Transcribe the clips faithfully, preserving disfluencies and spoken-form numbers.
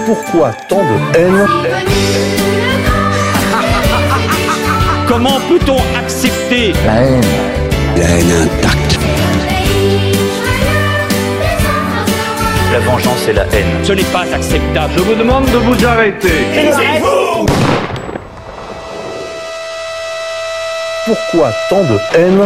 Pourquoi tant de haine? Comment peut-on accepter la haine? La haine intacte. La vengeance et la haine. Ce n'est pas acceptable. Je vous demande de vous arrêter. Taisez-vous! Pourquoi tant de haine?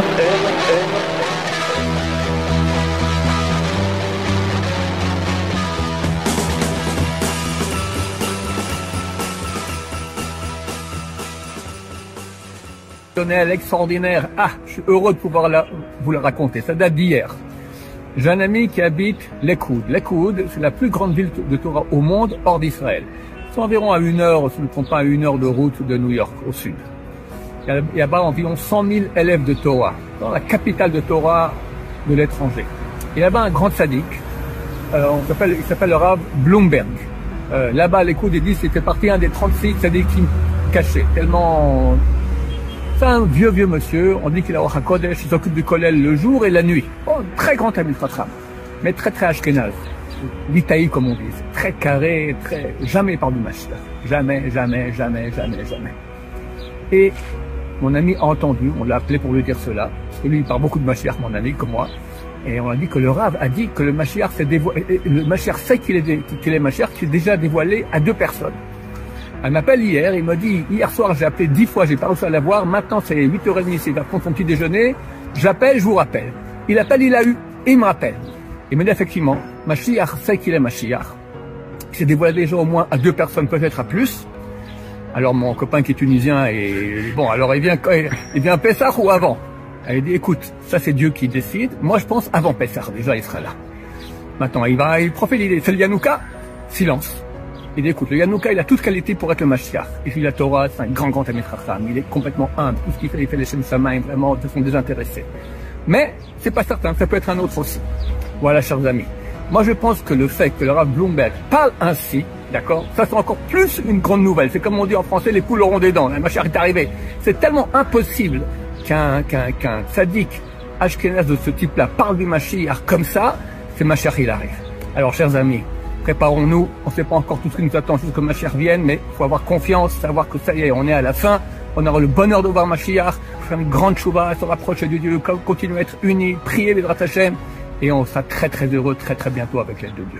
Exceptionnel, extraordinaire. Ah, je suis heureux de pouvoir la, vous le raconter. Ça date d'hier. J'ai un ami qui habite Lakewood. Lakewood, c'est la plus grande ville de Torah au monde, hors d'Israël. C'est environ à une heure, si je ne compte pas, à une heure de route de New York, au sud. Il y a là-bas environ cent mille élèves de Torah, dans la capitale de Torah de l'étranger. Il y a là-bas un grand tzaddik, euh, on s'appelle, il s'appelle le Rav Bloomberg. Euh, là-bas, Lakewood, il dit que c'était parti un des trente-six tzaddikim cachés, tellement... C'est un vieux, vieux monsieur, on dit qu'il a Ruach HaKodesh, il s'occupe du kollel le jour et la nuit. Bon, très grand ami Fatram, mais très très ashkénaze. L'Itaï comme on dit, c'est très carré, très... Jamais il parle du Mashiach. Jamais, jamais, jamais, jamais, jamais. Et mon ami a entendu, on l'a appelé pour lui dire cela, parce que lui il parle beaucoup de Mashiach, mon ami, comme moi, et on a dit que le Rav a dit que le Mashiach s'est dévoilé, le Mashiach sait qu'il est, qu'il est Mashiach, qu'il est déjà dévoilé à deux personnes. Elle m'appelle hier, il m'a dit, hier soir j'ai appelé dix fois, j'ai pas réussi à la voir, maintenant c'est huit heures trente, il va prendre son petit déjeuner, j'appelle, je vous rappelle. Il appelle, il a eu, et il me rappelle. Il me dit effectivement, Mashiach sait qu'il est Mashiach. Il s'est dévoilé déjà au moins à deux personnes, peut-être à plus. Alors mon copain qui est tunisien, et bon, alors il vient, il vient à Pessah ou avant? Elle dit, écoute, ça c'est Dieu qui décide, moi je pense avant Pessah, déjà il sera là. Maintenant, il va, il profite l'idée, c'est le Yanouka, silence. Il dit, écoute, le Yanouka, il a toute qualité pour être le Mashiach. Il fait la Torah, c'est un grand, grand ami Chacham. Il est complètement humble. Tout ce qu'il fait, il fait les Shem Samaim, vraiment, de façon désintéressée. Mais, c'est pas certain, ça peut être un autre aussi. Voilà, chers amis. Moi, je pense que le fait que le Rav Bloomberg parle ainsi, d'accord, ça c'est encore plus une grande nouvelle. C'est comme on dit en français, les poules auront des dents. Le Mashiach est arrivé. C'est tellement impossible qu'un, qu'un, qu'un tzaddik ashkénaze de ce type-là parle du Mashiach comme ça, c'est Mashiach il arrive. Alors, chers amis, préparons-nous, on ne sait pas encore tout ce qui nous attend jusqu'à ce que Mashiach vienne, mais il faut avoir confiance, savoir que ça y est, on est à la fin, on aura le bonheur de voir Mashiach, faire une grande chouva, se rapprocher de Dieu, continuer à être unis, prier Bédrat Hashem, et on sera très très heureux très très bientôt avec l'aide de Dieu.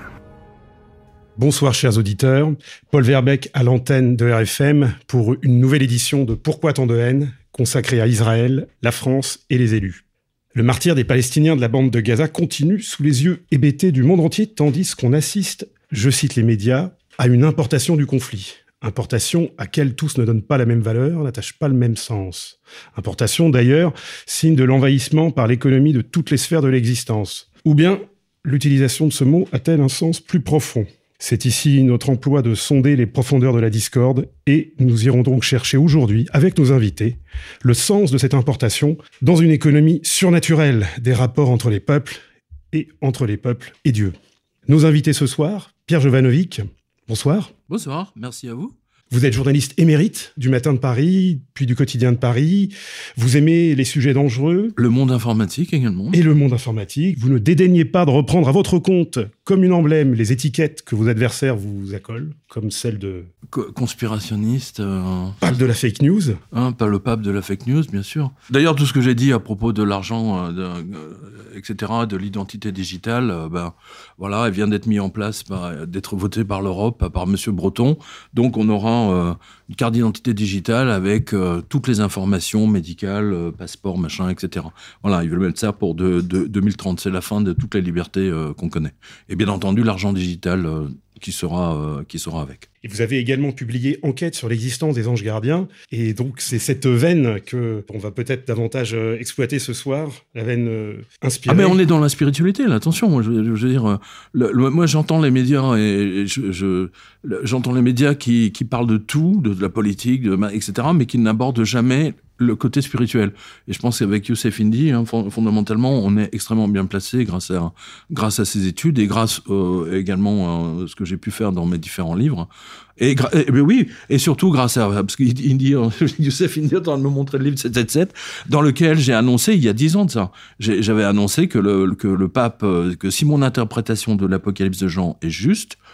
Bonsoir chers auditeurs, Paul Verbeek à l'antenne de R F M pour une nouvelle édition de Pourquoi tant de haine, consacrée à Israël, la France et les élus. Le martyre des Palestiniens de la bande de Gaza continue sous les yeux hébétés du monde entier, tandis qu'on assiste, je cite les médias, à une importation du conflit. Importation à laquelle tous ne donnent pas la même valeur, n'attachent pas le même sens. Importation, d'ailleurs, signe de l'envahissement par l'économie de toutes les sphères de l'existence. Ou bien, l'utilisation de ce mot a-t-elle un sens plus profond ? C'est ici notre emploi de sonder les profondeurs de la discorde et nous irons donc chercher aujourd'hui, avec nos invités, le sens de cette importation dans une économie surnaturelle des rapports entre les peuples et entre les peuples et Dieu. Nos invités ce soir, Pierre Jovanovic, bonsoir. Bonsoir, merci à vous. Vous êtes journaliste émérite du Matin de Paris, puis du Quotidien de Paris. Vous aimez les sujets dangereux. Le monde informatique également. Et le monde informatique. Vous ne dédaignez pas de reprendre à votre compte, comme une emblème, les étiquettes que vos adversaires vous accolent, comme celle de... Co- conspirationniste. Euh... Pape de la fake news. Hein, pas le pape de la fake news, bien sûr. D'ailleurs, tout ce que j'ai dit à propos de l'argent, euh, de, euh, et cetera, de l'identité digitale, euh, ben, voilà, elle vient d'être mise en place, par, d'être votée par l'Europe, par Monsieur Breton. Donc, on aura Euh, une carte d'identité digitale avec euh, toutes les informations médicales, euh, passeport, machin, et cetera. Voilà, ils veulent mettre ça pour de, de, deux mille trente. C'est la fin de toutes les libertés euh, qu'on connaît. Et bien entendu, l'argent digital euh, qui sera, euh, qui sera avec. Et vous avez également publié Enquête sur l'existence des anges gardiens. Et donc, c'est cette veine que on va peut-être davantage euh, exploiter ce soir, la veine euh, inspirée. Ah, mais on est dans la spiritualité, là. Attention, moi, je, je veux dire, euh, le, le, moi, j'entends les médias et, et je, je, le, j'entends les médias qui, qui parlent de tout, de, de la politique, de, et cetera, mais qui n'abordent jamais le côté spirituel. Et je pense qu'avec Youssef Indy, hein, fondamentalement, on est extrêmement bien placé grâce à, grâce à ses études et grâce euh, également à ce que j'ai pu faire dans mes différents livres. Et, gra- et ben oui, et surtout grâce à, parce qu'il dit, Youssef Indy est en train de me montrer le livre sept cent soixante-dix-sept, dans lequel j'ai annoncé, il y a dix ans de ça, j'ai, j'avais annoncé que le, que le pape, que si mon interprétation de l'Apocalypse de Jean est juste,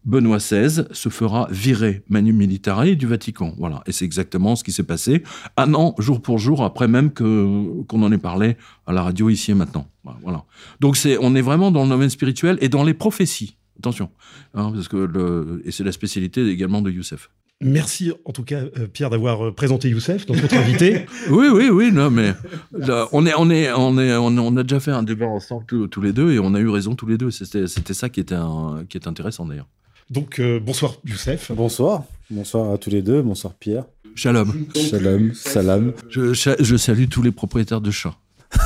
Benoît seize se fera virer manu militare du Vatican. Voilà. Et c'est exactement ce qui s'est passé un an, jour pour jour, après même que, qu'on en ait parlé à la radio ici et maintenant. Voilà. Donc c'est, on est vraiment dans le domaine spirituel et dans les prophéties. Attention. Hein, parce que le, et c'est la spécialité également de Youssef. Merci en tout cas, euh, Pierre, d'avoir présenté Youssef, notre invité. Oui, oui, oui, non, mais là, on, est, on, est, on, est, on, on a déjà fait un débat ensemble tous, tous les deux et on a eu raison tous les deux. C'était, c'était ça qui était, un, qui était intéressant d'ailleurs. Donc, euh, bonsoir Youssef. Bonsoir. Bonsoir à tous les deux. Bonsoir Pierre. Shalom. Shalom. Salam. Je, je salue tous les propriétaires de chats.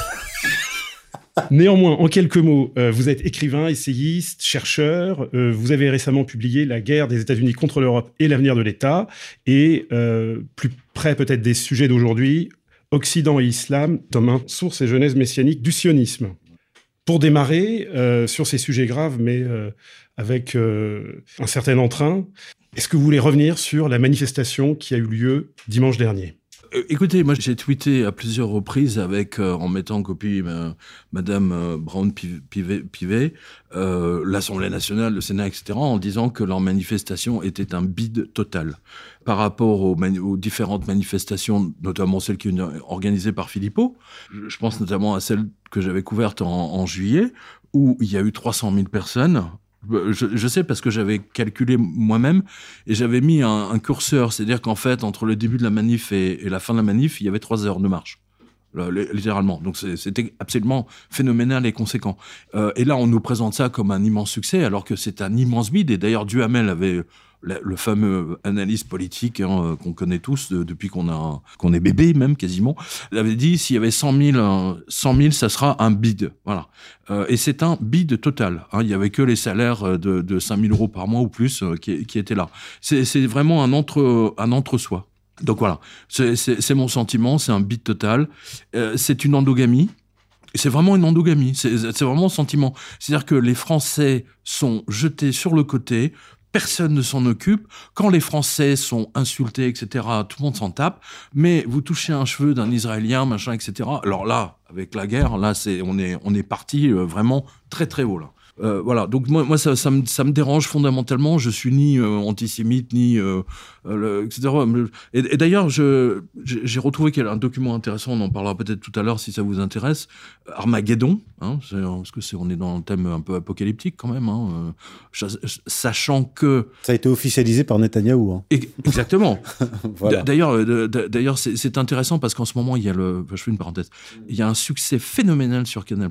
Néanmoins, en quelques mots, euh, vous êtes écrivain, essayiste, chercheur. Euh, vous avez récemment publié La guerre des États-Unis contre l'Europe et l'avenir de l'État. Et euh, plus près peut-être des sujets d'aujourd'hui, Occident et Islam, tome un, source et genèse messianique du sionisme. Pour démarrer, euh, sur ces sujets graves, mais euh, avec euh, un certain entrain, est-ce que vous voulez revenir sur la manifestation qui a eu lieu dimanche dernier ? Écoutez, moi j'ai tweeté à plusieurs reprises avec, euh, en mettant en copie euh, Madame euh, Brown-Pivet, euh, l'Assemblée nationale, le Sénat, et cetera, en disant que leur manifestation était un bide total. Par rapport aux, mani- aux différentes manifestations, notamment celles qui sont organisées par Philippot, je pense notamment à celle que j'avais couverte en, en juillet, où il y a eu trois cent mille personnes. Je, je sais parce que j'avais calculé moi-même et j'avais mis un, un curseur, c'est-à-dire qu'en fait, entre le début de la manif et, et la fin de la manif, il y avait trois heures de marche, là, littéralement. Donc c'est, c'était absolument phénoménal et conséquent. Euh, et là, on nous présente ça comme un immense succès, alors que c'est un immense bide. Et d'ailleurs, Duhamel avait le, le fameux analyste politique hein, qu'on connaît tous de, depuis qu'on a qu'on est bébé même quasiment. Il avait dit s'il y avait cent mille, cent mille, ça sera un bide. Voilà. Euh, et c'est un bide total. Hein. Il y avait que les salaires de, de cinq mille euros par mois ou plus euh, qui, qui étaient là. C'est, c'est vraiment un entre un entre-soi. Donc voilà, c'est, c'est, c'est mon sentiment, c'est un bide total. Euh, c'est une endogamie. C'est vraiment une endogamie. C'est, c'est vraiment un sentiment. C'est-à-dire que les Français sont jetés sur le côté. Personne ne s'en occupe. Quand les Français sont insultés, et cetera, tout le monde s'en tape. Mais vous touchez un cheveu d'un Israélien, machin, et cetera. Alors là, avec la guerre, là, c'est, on est, on est parti vraiment très, très haut, là. Euh, voilà, donc moi, moi ça, ça, me, ça me dérange fondamentalement. Je suis ni euh, antisémite, ni euh, euh, le, et cetera. Et, et d'ailleurs, je, j'ai retrouvé qu'il y a un document intéressant, on en parlera peut-être tout à l'heure si ça vous intéresse. Armageddon, hein, c'est, parce que c'est, on est dans un thème un peu apocalyptique quand même, hein, euh, sachant que... Ça a été officialisé par Netanyahou. Hein. Exactement. Voilà. D'ailleurs, d'ailleurs c'est, c'est intéressant parce qu'en ce moment, il y a le... Enfin, je fais une parenthèse. Il y a un succès phénoménal sur Canal+,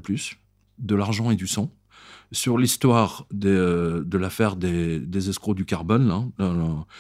de l'argent et du sang, sur l'histoire de, de l'affaire des, des escrocs du carbone. Là.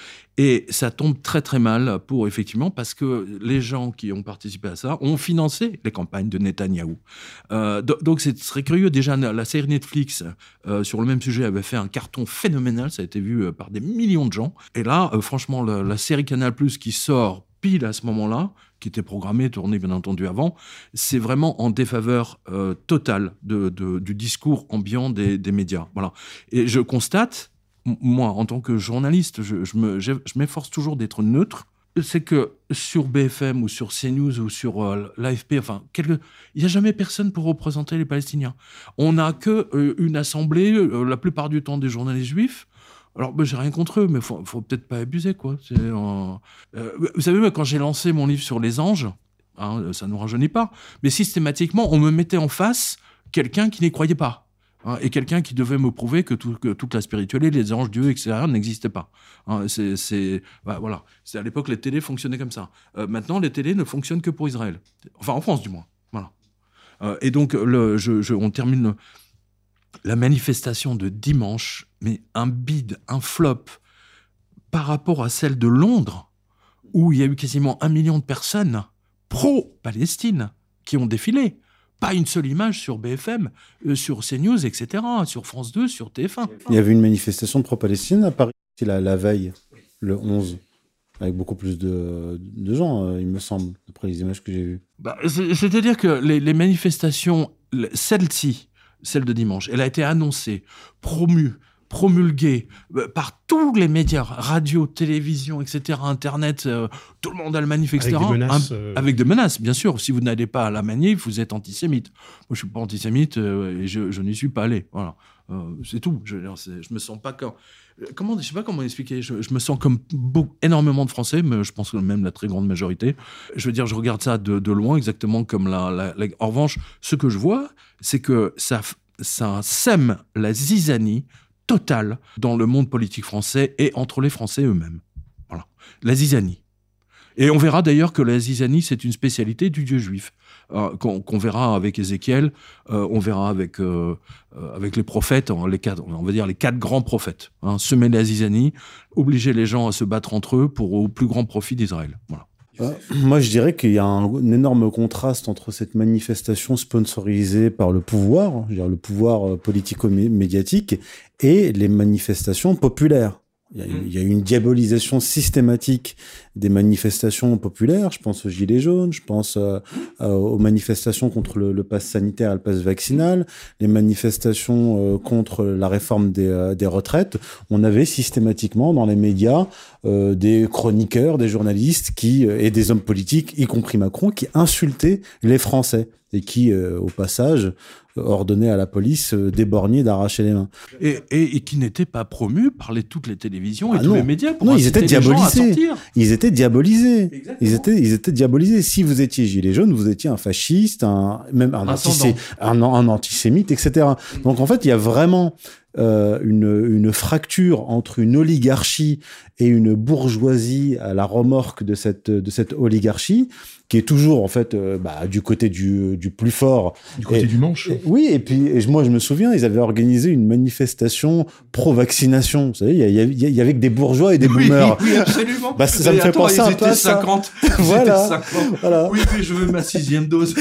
Et ça tombe très très mal pour, effectivement, parce que les gens qui ont participé à ça ont financé les campagnes de Netanyahou. Euh, donc c'est très curieux. Déjà, la série Netflix, euh, sur le même sujet, avait fait un carton phénoménal. Ça a été vu par des millions de gens. Et là, euh, franchement, la, la série Canal+, qui sort pile à ce moment-là, qui était programmée, tournée bien entendu avant, c'est vraiment en défaveur euh, totale de, de, du discours ambiant des, des médias. Voilà. Et je constate, moi, en tant que journaliste, je, je, me, je, je m'efforce toujours d'être neutre. C'est que sur B F M ou sur CNews ou sur euh, l'A F P, enfin, quelque... il n'y a jamais personne pour représenter les Palestiniens. On n'a que euh, une assemblée, euh, la plupart du temps des journalistes juifs. Alors, ben, j'ai rien contre eux, mais faut, faut peut-être pas abuser, quoi. C'est, euh... Euh, vous savez, moi, quand j'ai lancé mon livre sur les anges, hein, ça ne nous rajeunit pas, mais systématiquement, on me mettait en face quelqu'un qui n'y croyait pas. Hein, et quelqu'un qui devait me prouver que, tout, que toute la spiritualité, les anges, Dieu, et cetera n'existaient pas. Hein, c'est, c'est, bah, voilà. C'est à l'époque, les télés fonctionnaient comme ça. Euh, maintenant, les télés ne fonctionnent que pour Israël. Enfin, en France, du moins. Voilà. Euh, et donc, le, je, je, on termine... Le, la manifestation de dimanche, mais un bide, un flop, par rapport à celle de Londres, où il y a eu quasiment un million de personnes pro-Palestine qui ont défilé. Pas une seule image sur B F M, euh, sur CNews, et cetera, sur France deux, sur T F un. Il y avait une manifestation de pro-Palestine à Paris la, la veille, le onze, avec beaucoup plus de, de gens, euh, il me semble, d'après les images que j'ai vues. Bah, c'est, c'est-à-dire que les, les manifestations, celle-ci, celle de dimanche, elle a été annoncée, promue, promulguée euh, par tous les médias, radio, télévision, et cetera, Internet, euh, tout le monde a le manif, et cetera. Avec des menaces. Un, euh... avec des menaces, bien sûr. Si vous n'allez pas à la manif, vous êtes antisémite. Moi, je suis pas antisémite euh, et je, je n'y suis pas allé. Voilà, euh, c'est tout. Je, je me sens pas comme... Comment, je sais pas comment expliquer. Je, je me sens comme beaucoup, énormément de Français, mais je pense que même la très grande majorité. Je veux dire, je regarde ça de, de loin, exactement comme la, la, la... En revanche, ce que je vois, c'est que ça, ça sème la zizanie totale dans le monde politique français et entre les Français eux-mêmes. Voilà, la zizanie. Et on verra d'ailleurs que la zizanie, c'est une spécialité du Dieu juif. Euh, qu'on, qu'on verra avec Ézéchiel, euh, on verra avec, euh, euh, avec les prophètes, hein, les quatre, on va dire les quatre grands prophètes. Hein, semer la zizanie, obliger les gens à se battre entre eux pour au plus grand profit d'Israël. Voilà. Euh, moi, je dirais qu'il y a un, un énorme contraste entre cette manifestation sponsorisée par le pouvoir, je veux dire le pouvoir politico-médiatique, et les manifestations populaires. Il y, a, il y a une diabolisation systématique des manifestations populaires. Je pense aux Gilets jaunes, je pense euh, euh, aux manifestations contre le, le pass sanitaire et le pass vaccinal, les manifestations euh, contre la réforme des, euh, des retraites. On avait systématiquement dans les médias euh, des chroniqueurs, des journalistes qui euh, et des hommes politiques, y compris Macron, qui insultaient les Français et qui, euh, au passage, ordonnait à la police euh, d'éborgner, d'arracher les mains. Et, et, et qui n'étaient pas promus par les, toutes les télévisions et ah tous non. les médias pour non, ils étaient diabolisés. Ils étaient diabolisés. Exactement. Ils étaient, ils étaient diabolisés. Si vous étiez gilet jaune, vous étiez un fasciste, un, même un, antisé, un, un antisémite, et cetera. Mmh. Donc en fait, il y a vraiment euh, une, une fracture entre une oligarchie et une bourgeoisie à la remorque de cette, de cette oligarchie, qui est toujours en fait euh, bah, du côté du, du plus fort. Du côté et, du manche. Et, oui, et puis et moi je me souviens, ils avaient organisé une manifestation pro-vaccination. Vous savez, il y, y, y avait que des bourgeois et des oui, boomers. Oui, absolument. Bah, ça, ça me fait attends, penser un peu à ça. cinquante. Voilà. cinquante. Voilà. Oui, oui, je veux ma sixième dose.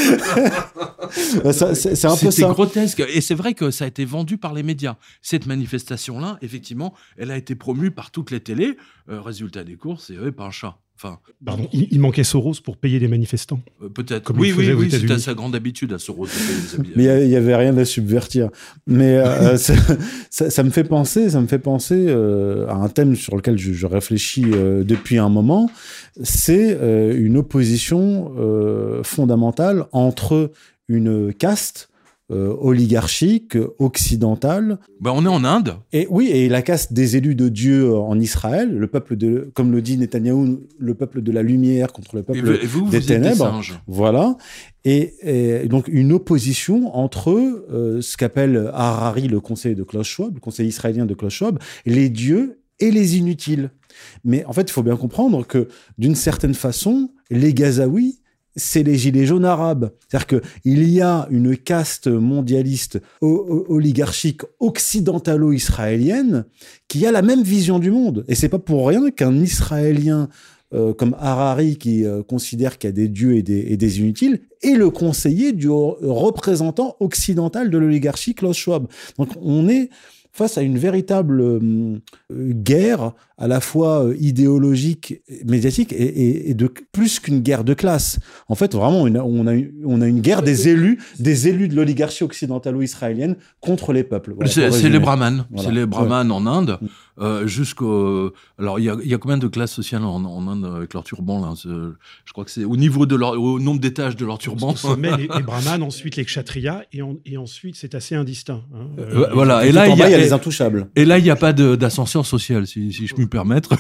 bah, ça, c'est, c'est un peu ça. C'était grotesque. Et c'est vrai que ça a été vendu par les médias. Cette manifestation-là, effectivement, elle a été promue par toutes les télés. Euh, résultat des courses, c'est eux, pas un chat. Enfin, Pardon, il, il manquait Soros pour payer les manifestants. Euh, peut-être. Comme oui, oui, oui, c'était c'était sa grande habitude à Soros. Mais il y, y avait rien à subvertir. Mais euh, ça, ça, ça me fait penser, ça me fait penser euh, à un thème sur lequel je, je réfléchis euh, depuis un moment. C'est euh, une opposition euh, fondamentale entre une caste Euh, oligarchique, occidentale. Ben, on est en Inde. Et oui, et la caste des élus de Dieu en Israël, le peuple de, comme le dit Netanyahou, le peuple de la lumière contre le peuple et vous, des vous ténèbres. Êtes des singes. Voilà. Et, et donc une opposition entre euh, ce qu'appelle Harari le conseil de Klaus Schwab, le conseil israélien de Klaus Schwab, les dieux et les inutiles. Mais en fait, il faut bien comprendre que d'une certaine façon, les Gazaouis, c'est les gilets jaunes arabes. C'est-à-dire qu'il y a une caste mondialiste o- oligarchique occidentalo-israélienne qui a la même vision du monde. Et c'est pas pour rien qu'un Israélien euh, comme Harari, qui euh, considère qu'il y a des dieux et des, et des inutiles, est le conseiller du représentant occidental de l'oligarchie, Klaus Schwab. Donc on est face à une véritable euh, guerre, à la fois euh, idéologique, médiatique, et, et, et de plus qu'une guerre de classe. En fait, vraiment, une, on, a, on a une guerre des élus, des élus de l'oligarchie occidentalo-israélienne contre les peuples. Voilà, c'est, c'est les brahmanes. Voilà. C'est les brahmanes ouais. en Inde. Mm. Euh, jusqu'au... Alors, il y a, y a combien de classes sociales en, en Inde avec leur turban, là? Je crois que c'est au niveau de leur... au nombre d'étages de leur turban. Au sommet, les, les brahmanes, ensuite les kshatriyas, et, en, et ensuite, c'est assez indistinct. Hein. Euh, voilà. Et, et là, il y, y a les intouchables. Et là, il n'y a pas de, d'ascenseur social, si, si je puis me permettre.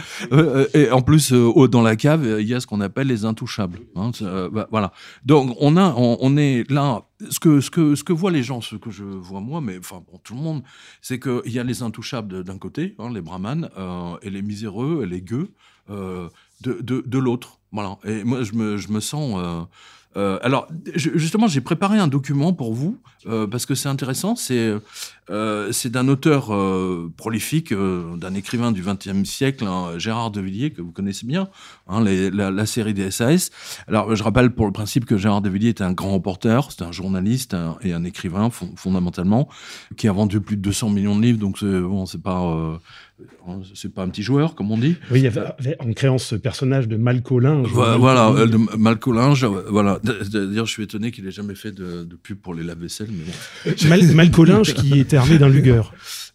Et en plus, euh, dans la cave, il y a ce qu'on appelle les intouchables. Hein. Euh, voilà. Donc, on, a, on, on est là... Ce que, ce, que, ce que voient les gens, ce que je vois moi, mais enfin bon, tout le monde, c'est qu'il y a les intouchables de, d'un côté, hein, les brahmanes, euh, et les miséreux, et les gueux euh, de, de, de l'autre. Voilà. Et moi, je me, je me sens... Euh, euh, alors, je, justement, j'ai préparé un document pour vous, euh, parce que c'est intéressant. C'est, euh, c'est d'un auteur euh, prolifique, euh, d'un écrivain du vingtième siècle, hein, Gérard de Villiers, que vous connaissez bien, hein, les, la, la série des S A S. Alors, je rappelle pour le principe que Gérard de Villiers était un grand reporter, c'était un journaliste un, et un écrivain, fond, fondamentalement, qui a vendu plus de deux cents millions de livres, donc c'est, bon, c'est pas... Euh, c'est pas un petit joueur, comme on dit. Oui, il y avait, en créant ce personnage de Malcolinge. Voilà, voilà euh, de Malcolinge. Voilà. D'ailleurs, je suis étonné qu'il ait jamais fait de, de pub pour les lave-vaisselle. Mais bon. Mal, Malcolinge qui était armé d'un Luger.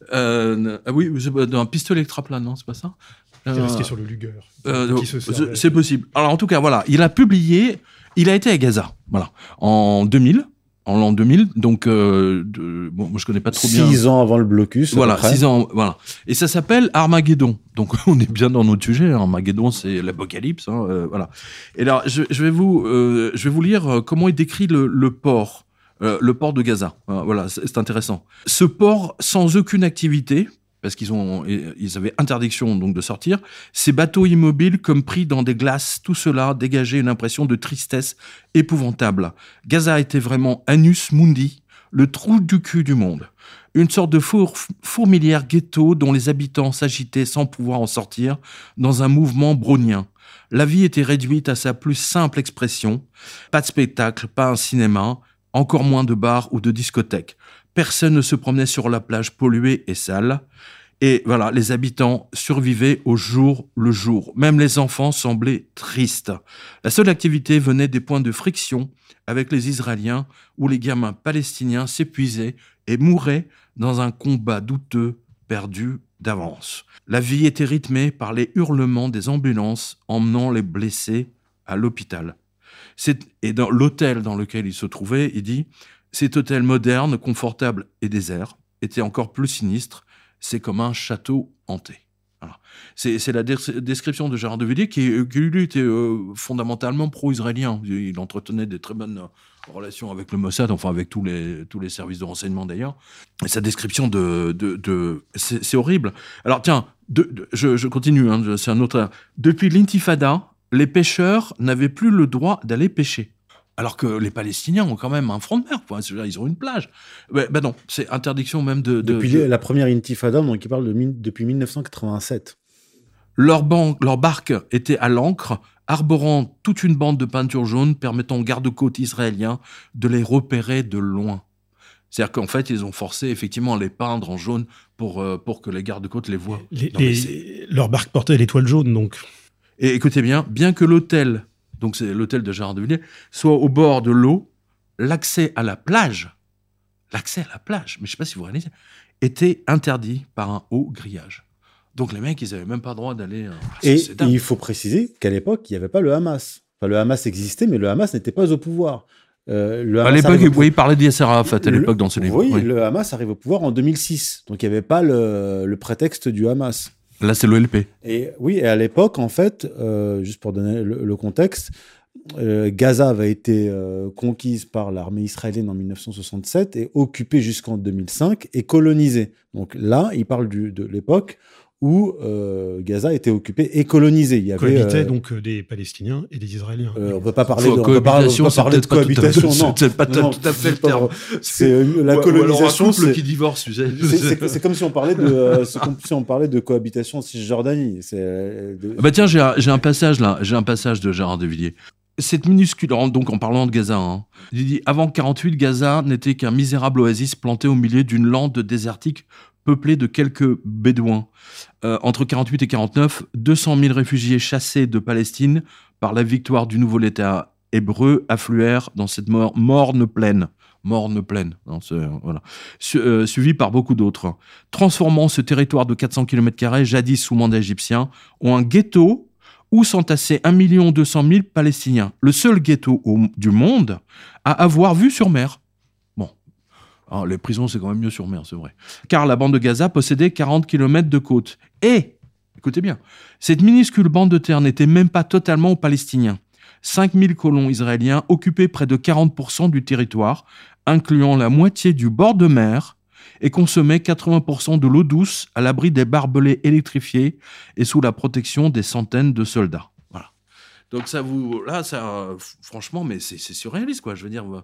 Euh, ah oui, d'un pistolet extraplane, non, c'est pas ça? Qui est Euh, resté sur le Luger. euh, qui se c'est servait. c'est possible. Alors en tout cas, voilà, il a publié, il a été à Gaza, voilà, en deux mille, en l'an deux mille. Donc, euh, de, bon, moi je connais pas trop bien. Six ans avant le blocus. à Voilà, peu près. six ans, voilà. Et ça s'appelle Armageddon. Donc on est bien dans notre sujet. Armageddon, c'est l'apocalypse, hein, euh, voilà. Et là, je, je vais vous, euh, je vais vous lire euh, comment il décrit le, le port, euh, le port de Gaza. Euh, voilà, c'est c'est intéressant. Ce port sans aucune activité, parce qu'ils ont, ils avaient interdiction donc de sortir. Ces bateaux immobiles comme pris dans des glaces, tout cela dégageait une impression de tristesse épouvantable. Gaza était vraiment Annus Mundi, le trou du cul du monde. Une sorte de four, fourmilière ghetto dont les habitants s'agitaient sans pouvoir en sortir dans un mouvement brownien. La vie était réduite à sa plus simple expression. Pas de spectacle, pas un cinéma, encore moins de bars ou de discothèques. Personne ne se promenait sur la plage polluée et sale. Et voilà, les habitants survivaient au jour le jour. Même les enfants semblaient tristes. La seule activité venait des points de friction avec les Israéliens où les gamins palestiniens s'épuisaient et mouraient dans un combat douteux perdu d'avance. La vie était rythmée par les hurlements des ambulances emmenant les blessés à l'hôpital. C'est- Et dans l'hôtel dans lequel il se trouvait, il dit « Cet hôtel moderne, confortable et désert était encore plus sinistre. C'est comme un château hanté. » Voilà. C'est c'est la des- description de Gérard de Villiers qui, qui lui était euh, fondamentalement pro-israélien. Il entretenait des très bonnes euh, relations avec le Mossad, enfin avec tous les, tous les services de renseignement d'ailleurs. Et sa description de... de, de c'est c'est horrible. Alors tiens, de, de- je, je continue, hein, je- c'est un autre... Depuis l'intifada, les pêcheurs n'avaient plus le droit d'aller pêcher. Alors que les Palestiniens ont quand même un front de mer, quoi. C'est-à-dire, ils ont une plage. Ben, ben non, c'est interdiction même de... de- Depuis de- la première intifada, donc il parle de mi- depuis mille neuf cent quatre-vingt-sept. Leur, ban- leur barque était à l'ancre, arborant toute une bande de peinture jaune permettant aux gardes-côtes israéliens de les repérer de loin. C'est-à-dire qu'en fait, ils ont forcé effectivement à les peindre en jaune pour, euh, pour que les gardes-côtes les voient. Les- Non, mais les- c'est- leur barque portait l'étoile jaune, donc. Et écoutez bien, bien que l'hôtel, donc c'est l'hôtel de Gérard de Villiers, soit au bord de l'eau, l'accès à la plage, l'accès à la plage, mais je ne sais pas si vous réalisez, était interdit par un haut grillage. Donc les mecs, ils n'avaient même pas le droit d'aller... euh, Et c'est dingue. il faut préciser qu'à l'époque, il n'y avait pas le Hamas. Enfin, le Hamas existait, mais le Hamas n'était pas au pouvoir. Euh, le À Hamas l'époque, arrive au pou- oui, il parlait d'Yasser Arafat à Le- l'époque dans ses livres. Oui, Oui. le Hamas arrive au pouvoir en deux mille six. Donc il n'y avait pas le, le prétexte du Hamas. Là, c'est l'O L P. Et oui, et à l'époque, en fait, euh, juste pour donner le, le contexte, euh, Gaza avait été euh, conquise par l'armée israélienne en mille neuf cent soixante-sept et occupée jusqu'en deux mille cinq et colonisée. Donc là, il parle du, de l'époque où euh, Gaza était occupée et colonisée. Il y avait, Cohabitaient euh, donc euh, des Palestiniens et des Israéliens. euh, on peut pas parler Faut- de, on peut pas- on peut cohabitation, pas c'est parler de peut-être pas tout à fait- cohabitation, non. c'est pas Non, tout à fait le c'est pas terme. vrai. C'est euh, la Ou- ou alors un colonisation. couple c'est- qui divorce, tu sais. C'est c'est- c'est comme si on parlait de, euh, c'est comme si on parlait de cohabitation en Cisjordanie. C'est, euh, de- Ah bah tiens, j'ai un, j'ai un passage là, j'ai un passage de Gérard de Villiers. Cette minuscule, donc en parlant de Gaza, hein, il dit avant quarante-huit, Gaza n'était qu'un misérable oasis planté au milieu d'une lande désertique peuplée de quelques bédouins. Euh, entre quarante-huit et quarante-neuf, deux cent mille réfugiés chassés de Palestine par la victoire du nouveau État hébreu affluèrent dans cette mor- morne plaine. Morne plaine, hein, c'est- voilà. Su- euh, suivi par beaucoup d'autres. Transformant ce territoire de quatre cents kilomètres carrés, jadis sous mandat égyptien, en un ghetto où s'entassaient un million deux cent mille Palestiniens. Le seul ghetto au- du monde à avoir vue sur mer. Bon. Alors, les prisons, c'est quand même mieux sur mer, c'est vrai. Car la bande de Gaza possédait quarante kilomètres de côte. Et, écoutez bien, cette minuscule bande de terre n'était même pas totalement aux Palestiniens. cinq mille colons israéliens occupaient près de quarante pour cent du territoire, incluant la moitié du bord de mer, et consommaient quatre-vingts pour cent de l'eau douce à l'abri des barbelés électrifiés et sous la protection des centaines de soldats. Voilà. Donc ça vous... Là, ça... euh, franchement, mais c'est c'est surréaliste, quoi. Je veux dire...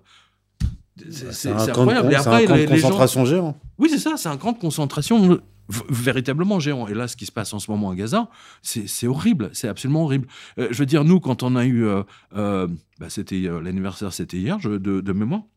C'est c'est- un c'est camp de- incroyable. Et c'est un après, camp de les, les gens... concentration géant. Oui, c'est ça, c'est un camp de concentration v- véritablement géant. Et là, ce qui se passe en ce moment à Gaza, c'est c'est horrible, c'est absolument horrible. Euh, je veux dire, nous, quand on a eu... euh, euh, bah, c'était euh, l'anniversaire, c'était hier, je, de, de mémoire.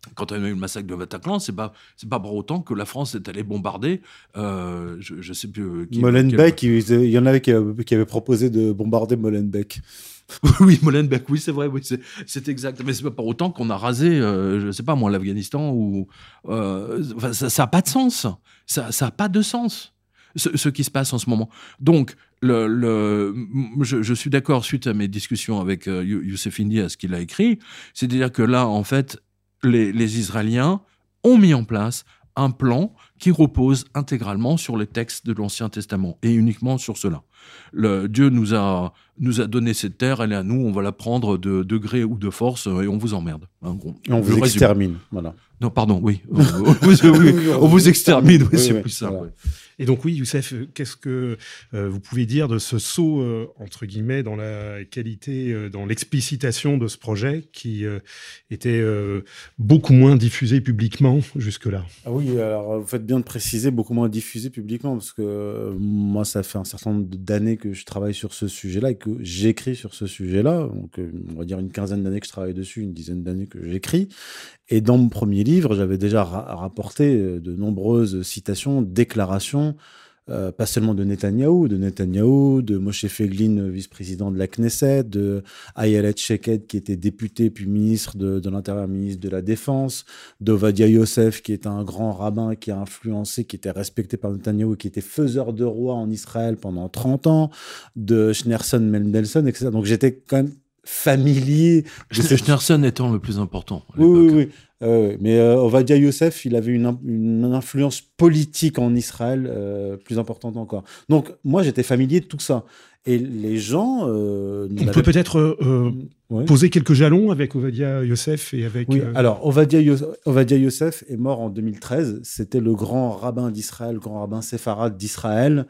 quand on a eu le massacre de Bataclan, c'est pas c'est pas pour autant que la France est allée bombarder. Euh, je, je sais plus. Qui, Molenbeek, quel... il y en avait qui, qui avaient proposé de bombarder Molenbeek. Oui, Molenbeek, oui, c'est vrai, oui, c'est, c'est exact. Mais c'est pas pour autant qu'on a rasé, euh, je sais pas moi, l'Afghanistan ou. Euh, enfin, ça, ça a pas de sens. Ça, ça a pas de sens. Ce, ce qui se passe en ce moment. Donc, le, le, je, je suis d'accord suite à mes discussions avec euh, Youssef Indy à ce qu'il a écrit, c'est-à-dire que là, en fait, les, les Israéliens ont mis en place un plan qui repose intégralement sur les textes de l'Ancien Testament et uniquement sur cela. Le, Dieu nous a, nous a donné cette terre, elle est à nous, on va la prendre de, de gré ou de force et on vous emmerde. Hein, on, et on vous résume. Extermine, voilà. Non, pardon, oui. on, oui, on vous extermine, oui, oui, c'est oui, plus simple. Voilà. Oui. Et donc oui, Youssef, qu'est-ce que euh, vous pouvez dire de ce saut, euh, entre guillemets, dans la qualité, euh, dans l'explicitation de ce projet qui euh, était euh, beaucoup moins diffusé publiquement jusque-là? Ah oui, alors vous faites bien de préciser, beaucoup moins diffusé publiquement, parce que euh, moi, ça fait un certain nombre d'années que je travaille sur ce sujet-là et que j'écris sur ce sujet-là. Donc, euh, on va dire une quinzaine d'années que je travaille dessus, une dizaine d'années que j'écris. Et dans mon premier livre, j'avais déjà ra- rapporté de nombreuses citations, déclarations, euh, pas seulement de Netanyahou, de Netanyahou, de Moshe Feiglin, vice-président de la Knesset, de Ayelet Sheked, qui était député puis ministre de, de l'Intérieur, ministre de la Défense, d'Ovadia Yosef, qui est un grand rabbin qui a influencé, qui était respecté par Netanyahou, qui était faiseur de roi en Israël pendant trente ans, de Schneerson Mendelssohn, et cetera. Donc j'étais quand même familier. Schneerson étant le plus important. Oui, oui, oui. Euh, mais euh, Ovadia Yosef, il avait une, une influence politique en Israël euh, plus importante encore. Donc, moi, j'étais familier de tout ça. Et les gens... Euh, On peut peut-être euh, ouais. poser quelques jalons avec Ovadia Yosef et avec... Oui, euh... alors, Ovadia Yosef, Ovadia Yosef est mort en deux mille treize. C'était le grand rabbin d'Israël, le grand rabbin séfarade d'Israël.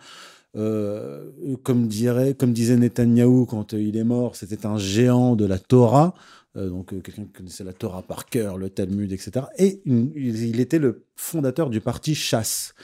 Euh, comme, dirait, comme disait Netanyahou quand euh, il est mort, c'était un géant de la Torah. Euh, donc euh, quelqu'un qui connaissait la Torah par cœur, le Talmud, et cetera. Et une, il était le fondateur du parti Shas,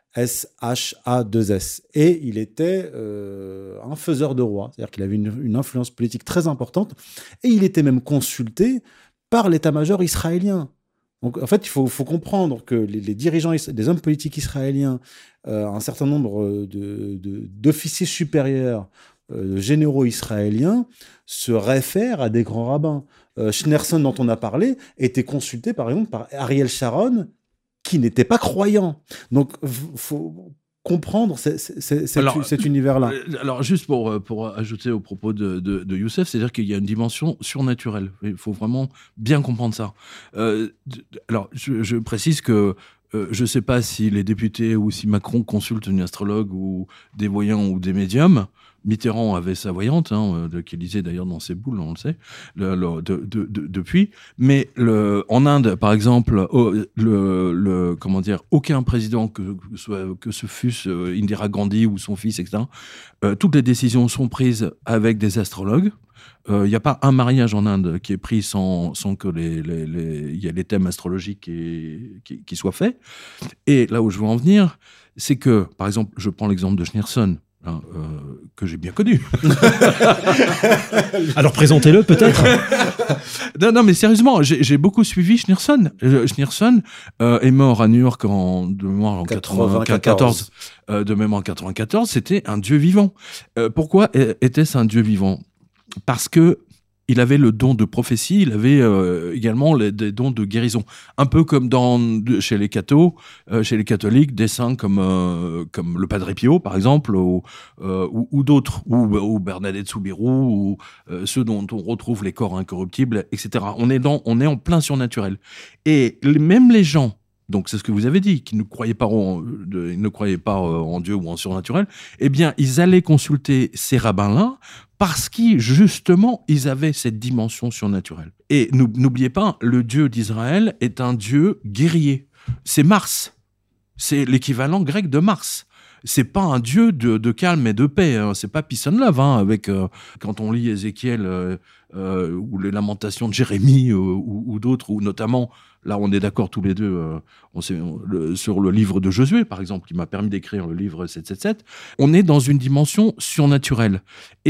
S H A deux S. Et il était euh, un faiseur de roi, c'est-à-dire qu'il avait une, une influence politique très importante. Et il était même consulté par l'état-major israélien. Donc, en fait, il faut, faut comprendre que les, les dirigeants, les hommes politiques israéliens, euh, un certain nombre de, de, d'officiers supérieurs, euh, de généraux israéliens, se réfèrent à des grands rabbins. Euh, Schneerson, dont on a parlé, était consulté, par exemple, par Ariel Sharon, qui n'était pas croyant. Donc, il faut comprendre c'est, c'est, c'est, alors, cet univers-là. Alors, juste pour, pour ajouter au propos de, de, de Youssef, c'est-à-dire qu'il y a une dimension surnaturelle. Il faut vraiment bien comprendre ça. Euh, alors, je, je précise que euh, je ne sais pas si les députés ou si Macron consulte une astrologue ou des voyants ou des médiums. Mitterrand avait sa voyante, hein, de, qui lisait d'ailleurs dans ses boules, on le sait, le, le, de, de, de, depuis. Mais le, en Inde, par exemple, oh, le, le, comment dire, aucun président, que, que, soit, que ce fût euh, Indira Gandhi ou son fils, et cetera, euh, toutes les décisions sont prises avec des astrologues. Il euh, n'y a pas un mariage en Inde qui est pris sans, sans que les, les, les, y ait les thèmes astrologiques qui, qui, qui soient faits. Et là où je veux en venir, c'est que, par exemple, je prends l'exemple de Schneerson, Hein, euh, que j'ai bien connu. Alors présentez-le peut-être. non, non, mais sérieusement, j'ai, j'ai beaucoup suivi Schneerson. Euh, Schneerson euh, est mort à New York en, de mémoire en quatre-vingt-quatorze. Euh, de mémoire en quatre-vingt-quatorze, c'était un dieu vivant. Euh, pourquoi était-ce un dieu vivant ? Parce que il avait le don de prophétie, il avait euh, également les, des dons de guérison. Un peu comme dans, de, chez les cathos, euh, chez les catholiques, des saints comme, euh, comme le Padre Pio, par exemple, ou, euh, ou, ou d'autres, ou, ou Bernadette Soubirous, ou euh, ceux dont on retrouve les corps incorruptibles, et cetera. On est, dans, on est en plein surnaturel. Et même les gens, donc c'est ce que vous avez dit, qui ne croyaient pas en, de, ils ne croyaient pas en Dieu ou en surnaturel, eh bien, ils allaient consulter ces rabbins-là parce qu'ils, justement, ils avaient cette dimension surnaturelle. Et n'oubliez pas, le Dieu d'Israël est un Dieu guerrier. C'est Mars. C'est l'équivalent grec de Mars. C'est pas un Dieu de, de calme et de paix. Hein. C'est pas peace and love. Hein, avec, euh, quand on lit Ézéchiel euh, euh, ou les lamentations de Jérémie euh, ou, ou d'autres, ou notamment... Là, on est d'accord tous les deux euh, on sait, on, le, sur le livre de Josué, par exemple, qui m'a permis d'écrire le livre sept cent soixante-dix-sept. On est dans une dimension surnaturelle. Et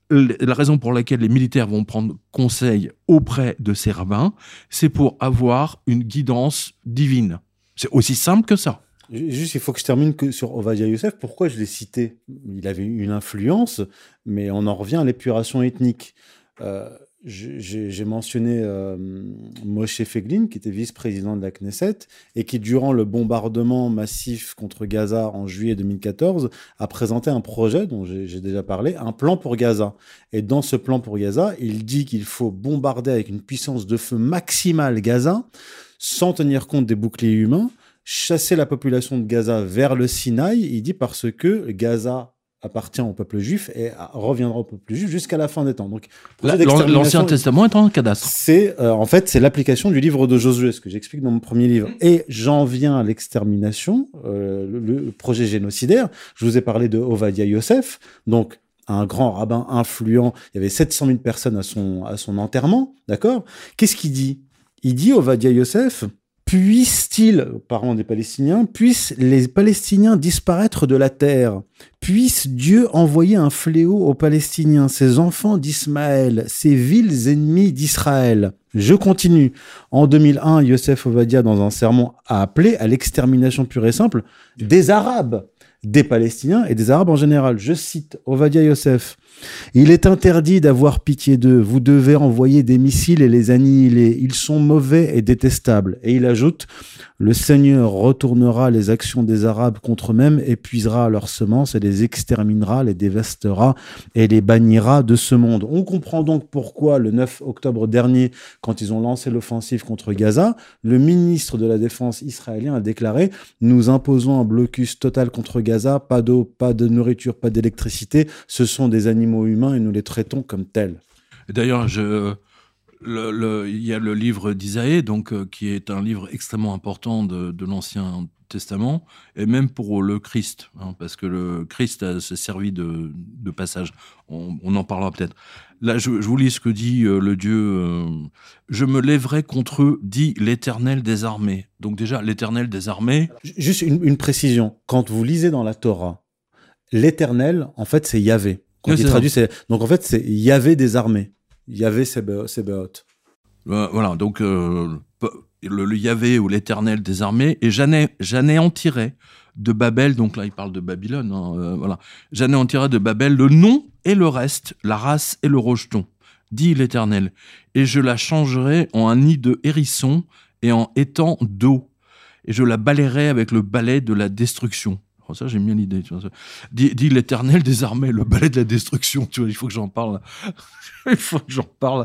la raison pour laquelle les militaires vont prendre conseil auprès de ces rabbins, c'est pour avoir une guidance divine. C'est aussi simple que ça. Juste, il faut que je termine que sur Ovadia Youssef. Pourquoi je l'ai cité ? Il avait une influence, mais on en revient à l'épuration ethnique. Euh, j'ai, j'ai mentionné euh, Moshe Feiglin, qui était vice-président de la Knesset, et qui, durant le bombardement massif contre Gaza en juillet deux mille quatorze, a présenté un projet dont j'ai, j'ai déjà parlé, un plan pour Gaza. Et dans ce plan pour Gaza, il dit qu'il faut bombarder avec une puissance de feu maximale Gaza, sans tenir compte des boucliers humains, chasser la population de Gaza vers le Sinaï, il dit parce que Gaza appartient au peuple juif et reviendra au peuple juif jusqu'à la fin des temps. Donc, la, l'Ancien Testament est en cadastre. C'est, euh, en fait, c'est l'application du livre de Josué, ce que j'explique dans mon premier livre. Et j'en viens à l'extermination, euh, le, le projet génocidaire. Je vous ai parlé de Ovadia Youssef, donc un grand rabbin influent. Il y avait sept cent mille personnes à son, à son enterrement, d'accord ? Qu'est-ce qu'il dit ? Il dit, Ovadia Youssef, puissent-ils, parlant des Palestiniens, puissent les Palestiniens disparaître de la terre, puisse Dieu envoyer un fléau aux Palestiniens, ces enfants d'Ismaël, ces vils ennemis d'Israël. Je continue. En deux mille un, Youssef Ovadia, dans un sermon, a appelé à l'extermination pure et simple des Arabes, des Palestiniens et des Arabes en général. Je cite Ovadia Youssef. « Il est interdit d'avoir pitié d'eux. Vous devez envoyer des missiles et les annihiler. Ils sont mauvais et détestables. » Et il ajoute « Le Seigneur retournera les actions des Arabes contre eux-mêmes, épuisera leurs semences et les exterminera, les dévastera et les bannira de ce monde. » On comprend donc pourquoi le neuf octobre dernier, quand ils ont lancé l'offensive contre Gaza, le ministre de la Défense israélien a déclaré « Nous imposons un blocus total contre Gaza, pas d'eau, pas de nourriture, pas d'électricité. Ce sont des animaux humains et nous les traitons comme tels. » D'ailleurs, je... Le, le, il y a le livre d'Isaïe, donc, euh, qui est un livre extrêmement important de, de l'Ancien Testament, et même pour le Christ, hein, parce que le Christ a, s'est servi de, de passage. On, on en parlera peut-être. Là, je, je vous lis ce que dit euh, le Dieu. Euh, « Je me lèverai contre eux, dit l'Éternel des armées. » Donc déjà, l'Éternel des armées... Juste une, une précision. Quand vous lisez dans la Torah, l'Éternel, en fait, c'est Yahvé. Quand oui, il traduit, c'est... Donc en fait, c'est Yahvé des armées. Yahvé Sébaoth. Euh, voilà, donc euh, le, le Yahvé ou l'Éternel des armées, et j'ané, j'anéantirai de Babel, donc là il parle de Babylone, hein, euh, voilà, j'anéantirai de Babel le nom et le reste, la race et le rejeton, dit l'Éternel, et je la changerai en un nid de hérisson et en étang d'eau, et je la balayerai avec le balai de la destruction. Oh, ça, j'aime bien l'idée. Tu vois. Dit, dit l'Éternel des armées, le balai de la destruction. Tu vois, il faut que j'en parle. Il faut que j'en parle.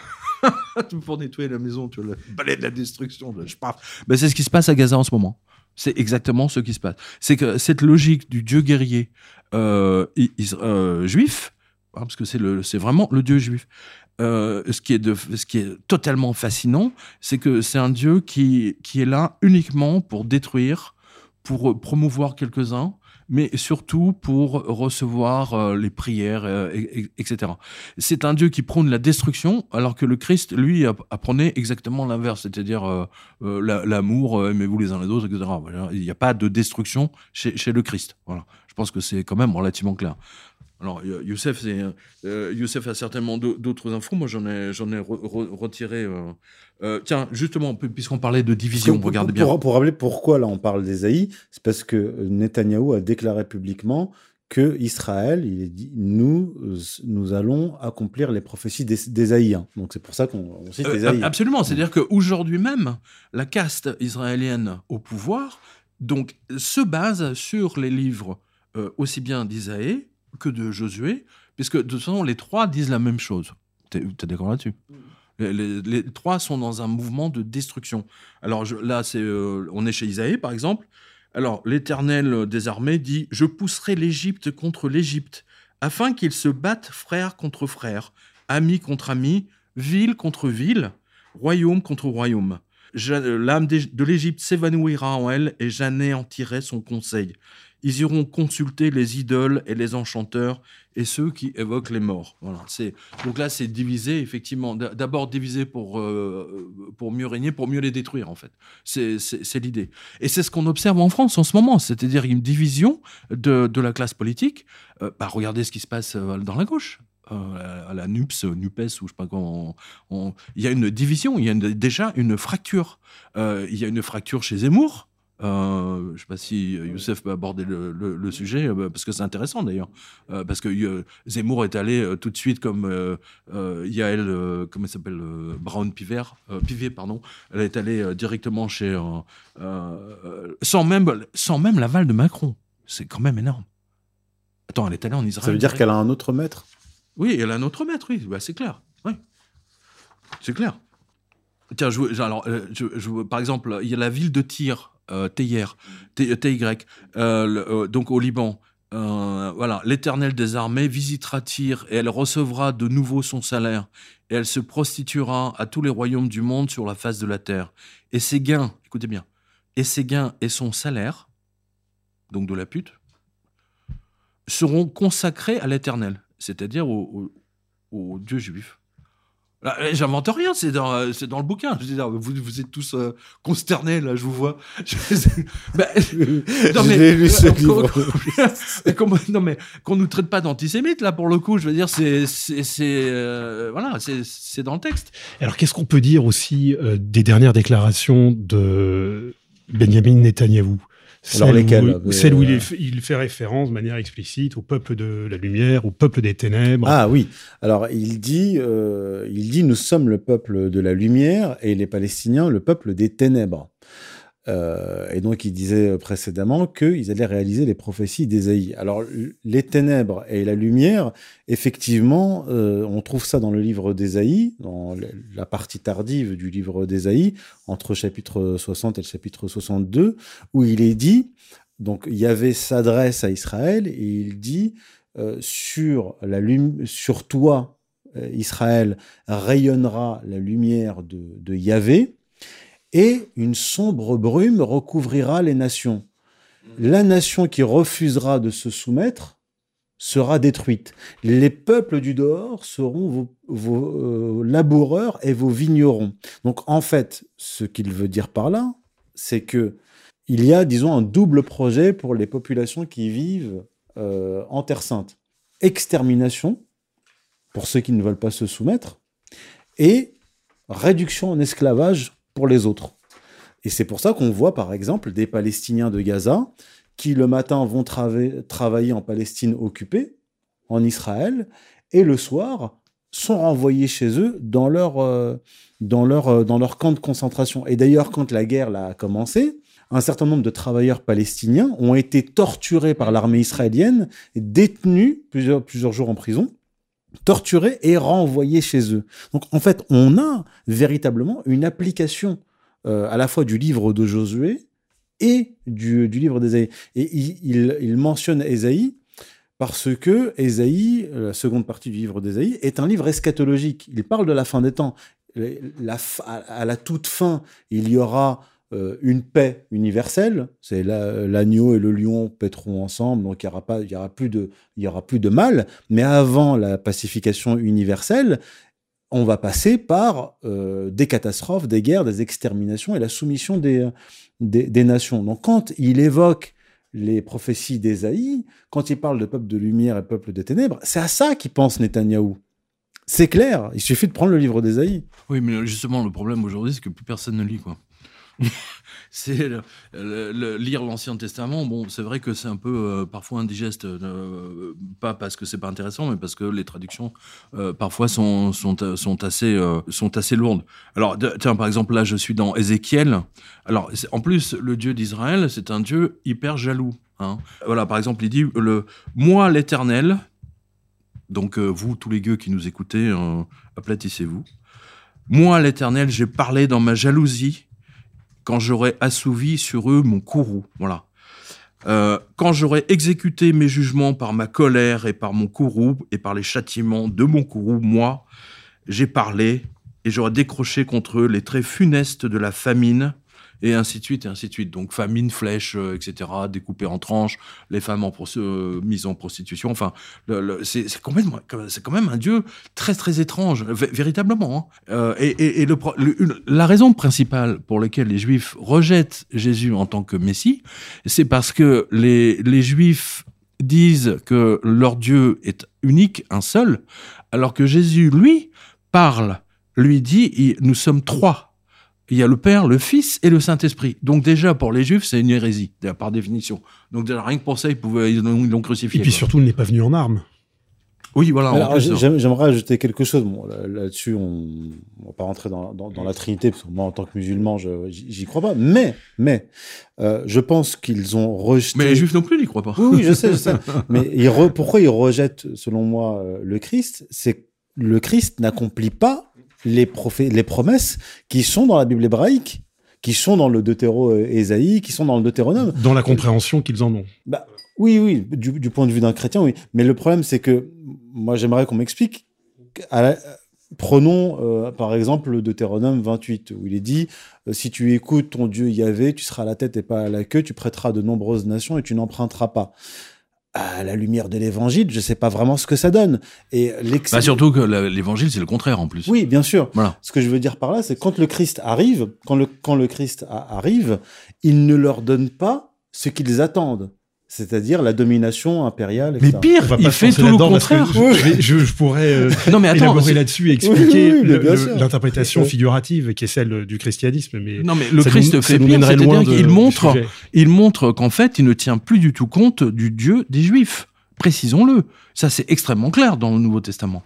Pour nettoyer la maison, tu vois, le balai de la destruction. Je parle. Ben, c'est ce qui se passe à Gaza en ce moment. C'est exactement ce qui se passe. C'est que cette logique du Dieu guerrier euh, euh, juif, hein, parce que c'est, le, c'est vraiment le Dieu juif, euh, ce, qui est de, ce qui est totalement fascinant, c'est que c'est un Dieu qui, qui est là uniquement pour détruire, pour promouvoir quelques-uns, mais surtout pour recevoir euh, les prières, euh, et, et cetera. C'est un Dieu qui prône la destruction, alors que le Christ, lui, apprenait exactement l'inverse, c'est-à-dire euh, euh, la, l'amour, euh, aimez-vous les uns les autres, et cetera. Il n'y a pas de destruction chez, chez le Christ. Voilà. Je pense que c'est quand même relativement clair. Alors, Youssef, c'est, euh, Youssef a certainement d'autres infos. Moi, j'en ai, j'en ai re, re, retiré. Euh, euh, tiens, justement, puisqu'on parlait de division, pour, regardez pour, bien. Pour, pour rappeler pourquoi là on parle d'Ésaïe, c'est parce que Netanyahou a déclaré publiquement que Israël, il est dit, nous, nous allons accomplir les prophéties d'Ésaïe. Donc c'est pour ça qu'on cite euh, Ésaïe. Absolument. C'est-à-dire qu'aujourd'hui même, la caste israélienne au pouvoir, donc, se base sur les livres euh, aussi bien d'Isaïe que de Josué, puisque de toute façon, les trois disent la même chose. T'es, t'es d'accord là-dessus ? les, les, les trois sont dans un mouvement de destruction. Alors je, là, c'est, euh, on est chez Isaïe, par exemple. Alors, l'Éternel des armées dit « Je pousserai l'Égypte contre l'Égypte, afin qu'ils se battent frère contre frère, ami contre ami, ville contre ville, royaume contre royaume. Je, l'âme de l'Égypte s'évanouira en elle, et j'anéantirai son conseil. Ils iront consulter les idoles et les enchanteurs et ceux qui évoquent les morts. » Voilà, c'est, donc là, c'est divisé, effectivement. D'abord divisé pour, euh, pour mieux régner, pour mieux les détruire, en fait. C'est, c'est, c'est l'idée. Et c'est ce qu'on observe en France en ce moment, c'est-à-dire une division de, de la classe politique. Euh, bah, regardez ce qui se passe dans la gauche. euh, à la N U P S, N U P E S, ou je sais pas comment. On, on, il y a une division, il y a une, déjà une fracture. Euh, il y a une fracture chez Zemmour. Euh, je ne sais pas si Youssef peut aborder le, le, le sujet, euh, parce que c'est intéressant d'ailleurs. Euh, parce que euh, Zemmour est allé euh, tout de suite, comme euh, euh, Yael, euh, comment elle s'appelle, euh, Brown-Pivet, euh, Pivet, pardon, elle est allée euh, directement chez. Euh, euh, sans, même, sans même l'aval de Macron. C'est quand même énorme. Attends, elle est allée en Israël. Ça veut dire qu'elle a un autre maître ? Oui, elle a un autre maître, oui, bah, c'est clair. Oui. C'est clair. Tiens, je, alors, je, je, par exemple, il y a la ville de Tyr. Euh, T Y R, T Y, euh, le, euh, donc au Liban. Euh, voilà, l'Éternel des armées visitera Tyr et elle recevra de nouveau son salaire et elle se prostituera à tous les royaumes du monde sur la face de la terre. Et ses gains, écoutez bien, et ses gains et son salaire, donc de la pute, seront consacrés à l'Éternel, c'est-à-dire au, au, au Dieu juif. Là, j'invente rien, c'est dans, c'est dans le bouquin. Je veux dire, vous, vous êtes tous euh, consternés, là, je vous vois. Je, bah, non, mais, j'ai lu ce euh, livre. Qu'on, non, mais qu'on nous traite pas d'antisémites, là, pour le coup. Je veux dire, c'est, c'est, c'est euh, voilà, c'est, c'est dans le texte. Alors, qu'est-ce qu'on peut dire aussi euh, des dernières déclarations de Benjamin Netanyahou ? Alors lesquelles ? Où, celle où il, est, il fait référence de manière explicite au peuple de la lumière, au peuple des ténèbres. Ah oui, alors il dit, euh, il dit « Nous sommes le peuple de la lumière et les Palestiniens le peuple des ténèbres ». Euh, et donc, il disait précédemment qu'ils allaient réaliser les prophéties d'Ésaïe. Alors, les ténèbres et la lumière, effectivement, euh, on trouve ça dans le livre d'Ésaïe, dans la partie tardive du livre d'Ésaïe, entre chapitre soixante et le chapitre soixante-deux, où il est dit, donc Yahvé s'adresse à Israël et il dit euh, sur, la lum- sur toi, euh, Israël, rayonnera la lumière de, de Yahvé, et une sombre brume recouvrira les nations. La nation qui refusera de se soumettre sera détruite. Les peuples du dehors seront vos, vos euh, laboureurs et vos vignerons. Donc en fait, ce qu'il veut dire par là, c'est que il y a, disons, un double projet pour les populations qui vivent euh, en Terre Sainte. Extermination, pour ceux qui ne veulent pas se soumettre, et réduction en esclavage pour les autres. Et c'est pour ça qu'on voit, par exemple, des Palestiniens de Gaza qui, le matin, vont trava- travailler en Palestine occupée, en Israël, et le soir, sont renvoyés chez eux dans leur, euh, dans leur, euh, dans leur camp de concentration. Et d'ailleurs, quand la guerre là, a commencé, un certain nombre de travailleurs palestiniens ont été torturés par l'armée israélienne, détenus plusieurs, plusieurs jours en prison, torturés et renvoyés chez eux. Donc, en fait, on a véritablement une application euh, à la fois du livre de Josué et du, du livre d'Ésaïe. Et il, il, il mentionne Ésaïe parce que Ésaïe, la seconde partie du livre d'Ésaïe, est un livre eschatologique. Il parle de la fin des temps. La, à la toute fin, il y aura euh, une paix universelle. C'est la, l'agneau et le lion paîtront ensemble, donc il n'y aura pas, il y aura plus de, il y aura plus de mal. Mais avant la pacification universelle, on va passer par euh, des catastrophes, des guerres, des exterminations et la soumission des, des, des nations. Donc quand il évoque les prophéties d'Ésaïe, quand il parle de peuple de lumière et peuple de ténèbres, c'est à ça qu'il pense Netanyahou. C'est clair, il suffit de prendre le livre d'Ésaïe. Oui, mais justement, le problème aujourd'hui, c'est que plus personne ne lit, quoi. c'est le, le, le, lire l'Ancien Testament. Bon, c'est vrai que c'est un peu euh, parfois indigeste, euh, pas parce que c'est pas intéressant, mais parce que les traductions euh, parfois sont sont sont assez euh, sont assez lourdes. Alors, de, tiens, par exemple, là, je suis dans Ézéchiel. Alors, en plus, le Dieu d'Israël, c'est un Dieu hyper jaloux. Hein. Voilà, par exemple, il dit le moi, l'Éternel. Donc, euh, vous, tous les gueux qui nous écoutez, euh, aplatissez-vous. Moi, l'Éternel, j'ai parlé dans ma jalousie quand j'aurai assouvi sur eux mon courroux. Voilà. Euh, quand j'aurai exécuté mes jugements par ma colère et par mon courroux et par les châtiments de mon courroux, moi, j'ai parlé et j'aurai décroché contre eux les traits funestes de la famine, et ainsi de suite, et ainsi de suite. Donc, famine, flèche, euh, et cetera, découpées en tranches, les femmes en pro- euh, mises en prostitution. Enfin, le, le, c'est, c'est, quand même, c'est quand même un Dieu très, très étrange, v- véritablement. Hein. Euh, et et, et le, le, une, la raison principale pour laquelle les Juifs rejettent Jésus en tant que Messie, c'est parce que les, les Juifs disent que leur Dieu est unique, un seul, alors que Jésus, lui, parle, lui dit, nous sommes trois. Il y a le Père, le Fils et le Saint-Esprit. Donc déjà, pour les Juifs, c'est une hérésie, par définition. Donc déjà, rien que pour ça, ils, pouvaient, ils l'ont crucifié. Et puis quoi. surtout, il n'est pas venu en armes. Oui, voilà. Alors, en plus, j'aimerais ajouter quelque chose. Bon, là, là-dessus, on ne va pas rentrer dans, dans, dans la Trinité, parce que moi, en tant que musulman, je, j'y crois pas. Mais, mais euh, je pense qu'ils ont rejeté... Mais les Juifs non plus n'y croient pas. Oui, oui, je sais, je sais. Mais ils re... pourquoi ils rejettent, selon moi, le Christ? C'est que le Christ n'accomplit pas les, prophé... les promesses qui sont dans la Bible hébraïque, qui sont dans le Deutéro-Ésaïe, qui sont dans le Deutéronome. Dans la compréhension qu'ils en ont. Bah, oui, oui, du, du point de vue d'un chrétien, oui. Mais le problème, c'est que moi, j'aimerais qu'on m'explique. À la, prenons, euh, par exemple, le Deutéronome vingt-huit, où il est dit euh, « Si tu écoutes ton Dieu Yahvé, tu seras à la tête et pas à la queue, tu prêteras de nombreuses nations et tu n'emprunteras pas. » À la lumière de l'Évangile, je ne sais pas vraiment ce que ça donne. Et bah surtout que l'Évangile, c'est le contraire, en plus. Oui, bien sûr. Voilà. Ce que je veux dire par là, c'est quand le Christ arrive, quand le, quand le Christ a, arrive, il ne leur donne pas ce qu'ils attendent. C'est-à-dire la domination impériale, et cetera. Mais pire, il fait tout le contraire. Je, je, je, je pourrais euh, non, mais attends, élaborer là-dessus et expliquer oui, oui, le, l'interprétation figurative qui est celle du christianisme. Mais non, mais le Christ nous, fait pire, c'est-à-dire qu'il montre, il montre qu'en fait, il ne tient plus du tout compte du Dieu des Juifs. Précisons-le. Ça, c'est extrêmement clair dans le Nouveau Testament.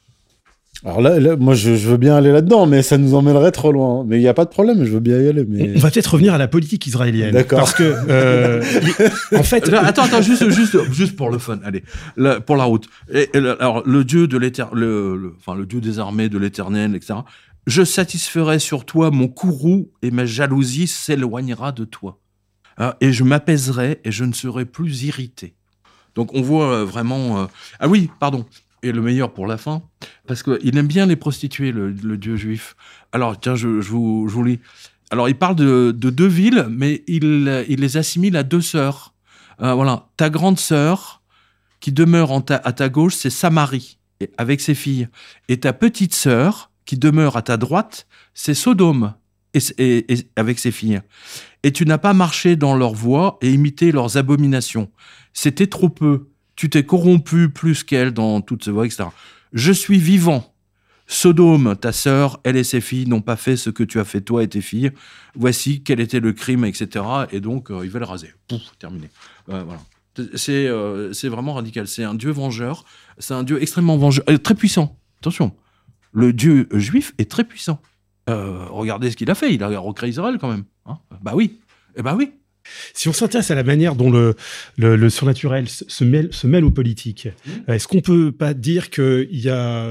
Alors là, là moi, je, je veux bien aller là-dedans, mais ça nous emmènerait trop loin. Mais il n'y a pas de problème, je veux bien y aller. Mais... On va peut-être revenir à la politique israélienne. D'accord. Parce que, euh, en fait... Attends, attends, juste, juste, juste pour le fun, allez, la, pour la route. Et, et, alors, le Dieu de l'éternel, le, le, enfin, le Dieu des armées, de l'éternel, et cetera. Je satisferai sur toi mon courroux et ma jalousie s'éloignera de toi. Alors, et je m'apaiserai et je ne serai plus irrité. Donc, on voit vraiment... Euh... Ah oui, pardon. Et le meilleur pour la fin, parce qu'il aime bien les prostituées, le, le Dieu juif. Alors, tiens, je, je, vous, je vous lis. Alors, il parle de, de deux villes, mais il, il les assimile à deux sœurs. Euh, voilà. Ta grande sœur, qui demeure en ta, à ta gauche, c'est Samarie, et, avec ses filles. Et ta petite sœur, qui demeure à ta droite, c'est Sodome, et, et, et, avec ses filles. Et tu n'as pas marché dans leurs voies et imité leurs abominations. C'était trop peu. Tu t'es corrompu plus qu'elle dans toutes ses voies, et cetera. Je suis vivant. Sodome, ta sœur, elle et ses filles n'ont pas fait ce que tu as fait toi et tes filles. Voici quel était le crime, et cetera. Et donc, euh, il va le raser. Pouf, terminé. Euh, voilà. C'est, euh, c'est vraiment radical. C'est un Dieu vengeur. C'est un Dieu extrêmement vengeur. Euh, très puissant. Attention. Le Dieu juif est très puissant. Euh, regardez ce qu'il a fait. Il a recréé Israël quand même. Hein, bah oui. Eh bah oui. Si on s'intéresse à la manière dont le, le, le surnaturel se mêle, se mêle aux politiques, mmh. est-ce qu'on peut pas dire qu'il y a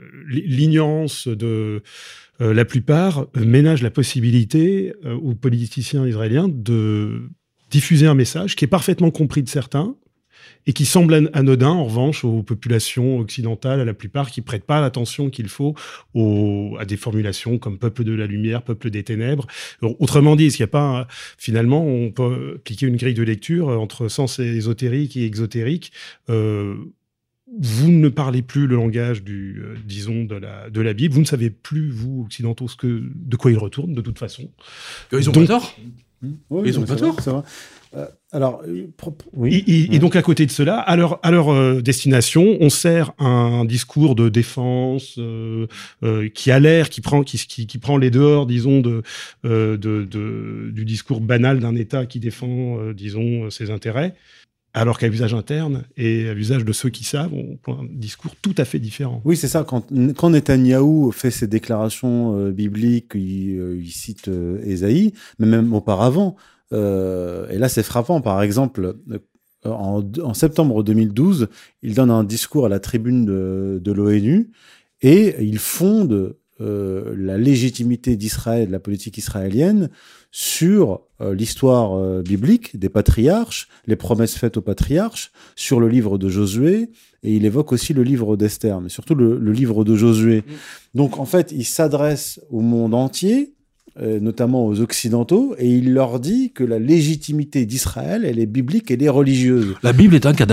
l'ignorance de euh, la plupart ménage la possibilité euh, aux politiciens israéliens de diffuser un message qui est parfaitement compris de certains et qui semble anodin, en revanche, aux populations occidentales, à la plupart, qui ne prêtent pas l'attention qu'il faut aux, à des formulations comme « peuple de la lumière »,« peuple des ténèbres ». Autrement dit, est-ce qu'il n'y a pas, finalement, on peut appliquer une grille de lecture entre sens ésotérique et exotérique. euh, Vous ne parlez plus le langage, du, euh, disons, de la, de la Bible. Vous ne savez plus, vous, occidentaux, ce que, de quoi il retourne, de toute façon. Ils ont Donc, pas tort. Oui, Ils ont pas tort. C'est vrai. Euh, alors, oui. Et, et, et donc, à côté de cela, à leur, à leur euh, destination, on sert un discours de défense euh, euh, qui a l'air, qui prend, qui, qui, qui prend les dehors, disons, de, euh, de, de, du discours banal d'un État qui défend, euh, disons, ses intérêts, alors qu'à usage interne et à l'usage de ceux qui savent, on prend un discours tout à fait différent. Oui, c'est ça. Quand, quand Netanyahou fait ses déclarations euh, bibliques, il, euh, il cite euh, Ésaïe, mais même auparavant, Euh, et là, c'est frappant. Par exemple, en, en septembre deux mille douze, il donne un discours à la tribune de, de l'ONU et il fonde euh, la légitimité d'Israël, de la politique israélienne, sur euh, l'histoire euh, biblique des patriarches, les promesses faites aux patriarches, sur le livre de Josué, et il évoque aussi le livre d'Esther, mais surtout le, le livre de Josué. Donc, en fait, il s'adresse au monde entier, Euh, notamment aux Occidentaux, et il leur dit que la légitimité d'Israël, elle est biblique, elle est religieuse. La Bible est un cadastre.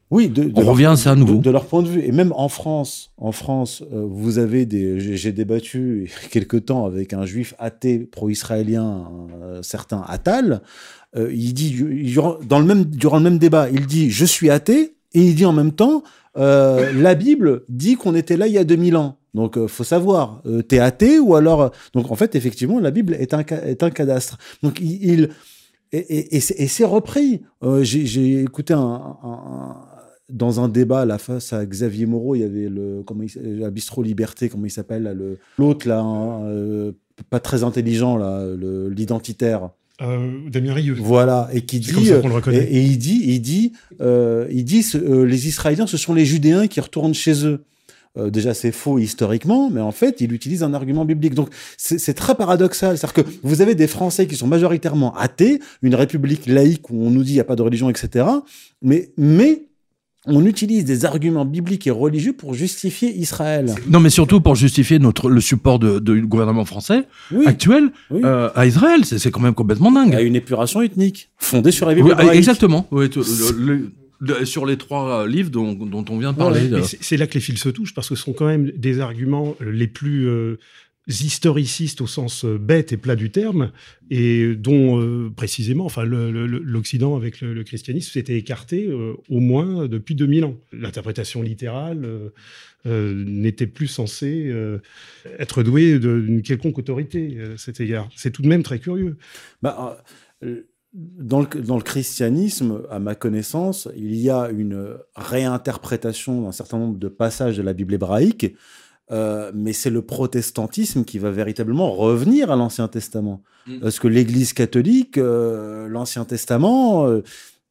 Oui, de, de On leur, revient, c'est à nouveau. De, de leur point de vue. Et même en France, en France, euh, vous avez des. J'ai, j'ai débattu il y a quelque temps avec un juif athée pro-israélien, un certain Attal. Euh, il dit, il, dans le même, durant le même débat, il dit je suis athée, et il dit en même temps euh, la Bible dit qu'on était là il y a deux mille ans. Donc, euh, faut savoir, euh, t'es athée ou alors. Donc, en fait, effectivement, la Bible est un, est un cadastre. Donc, il. il et, et, et, c'est, et c'est repris. Euh, j'ai, j'ai écouté un, un, un dans un débat là face à Xavier Moreau, il y avait le comment il, la Bistro Liberté, comment il s'appelle là, le l'autre là, hein, euh, pas très intelligent là, le, l'identitaire. Euh, Damien Rieu. Voilà, et qui C'est dit comme ça qu'on le reconnaît. et, et il dit il dit euh, il dit euh, les Israéliens ce sont les Judéens qui retournent chez eux. Euh, déjà, c'est faux historiquement, mais en fait, il utilise un argument biblique. Donc, c'est, c'est très paradoxal. C'est-à-dire que vous avez des Français qui sont majoritairement athées, une république laïque où on nous dit il n'y a pas de religion, et cetera. Mais, mais on utilise des arguments bibliques et religieux pour justifier Israël. Non, mais surtout pour justifier notre, le support de, de, du gouvernement français Oui. actuel Oui. euh, à Israël. C'est, c'est quand même complètement Il y dingue. a une épuration ethnique fondée sur la Bible Oui, hébraïque. exactement. Oui, t- le- le- de- sur les trois livres dont, dont on vient de parler. Et euh, c'est, c'est là que les fils se touchent, parce que ce sont quand même des arguments les plus euh, historicistes au sens euh, bête et plat du terme, et dont euh, précisément, enfin, le, le, l'Occident avec le, le christianisme s'était écarté euh, au moins depuis deux mille ans. L'interprétation littérale euh, euh, n'était plus censée euh, être douée de, d'une quelconque autorité à cet égard. C'est tout de même très curieux. Bah, euh, Dans le, dans le christianisme, à ma connaissance, il y a une réinterprétation d'un certain nombre de passages de la Bible hébraïque, euh, mais c'est le protestantisme qui va véritablement revenir à l'Ancien Testament. Mm. Parce que l'Église catholique, euh, l'Ancien Testament, euh,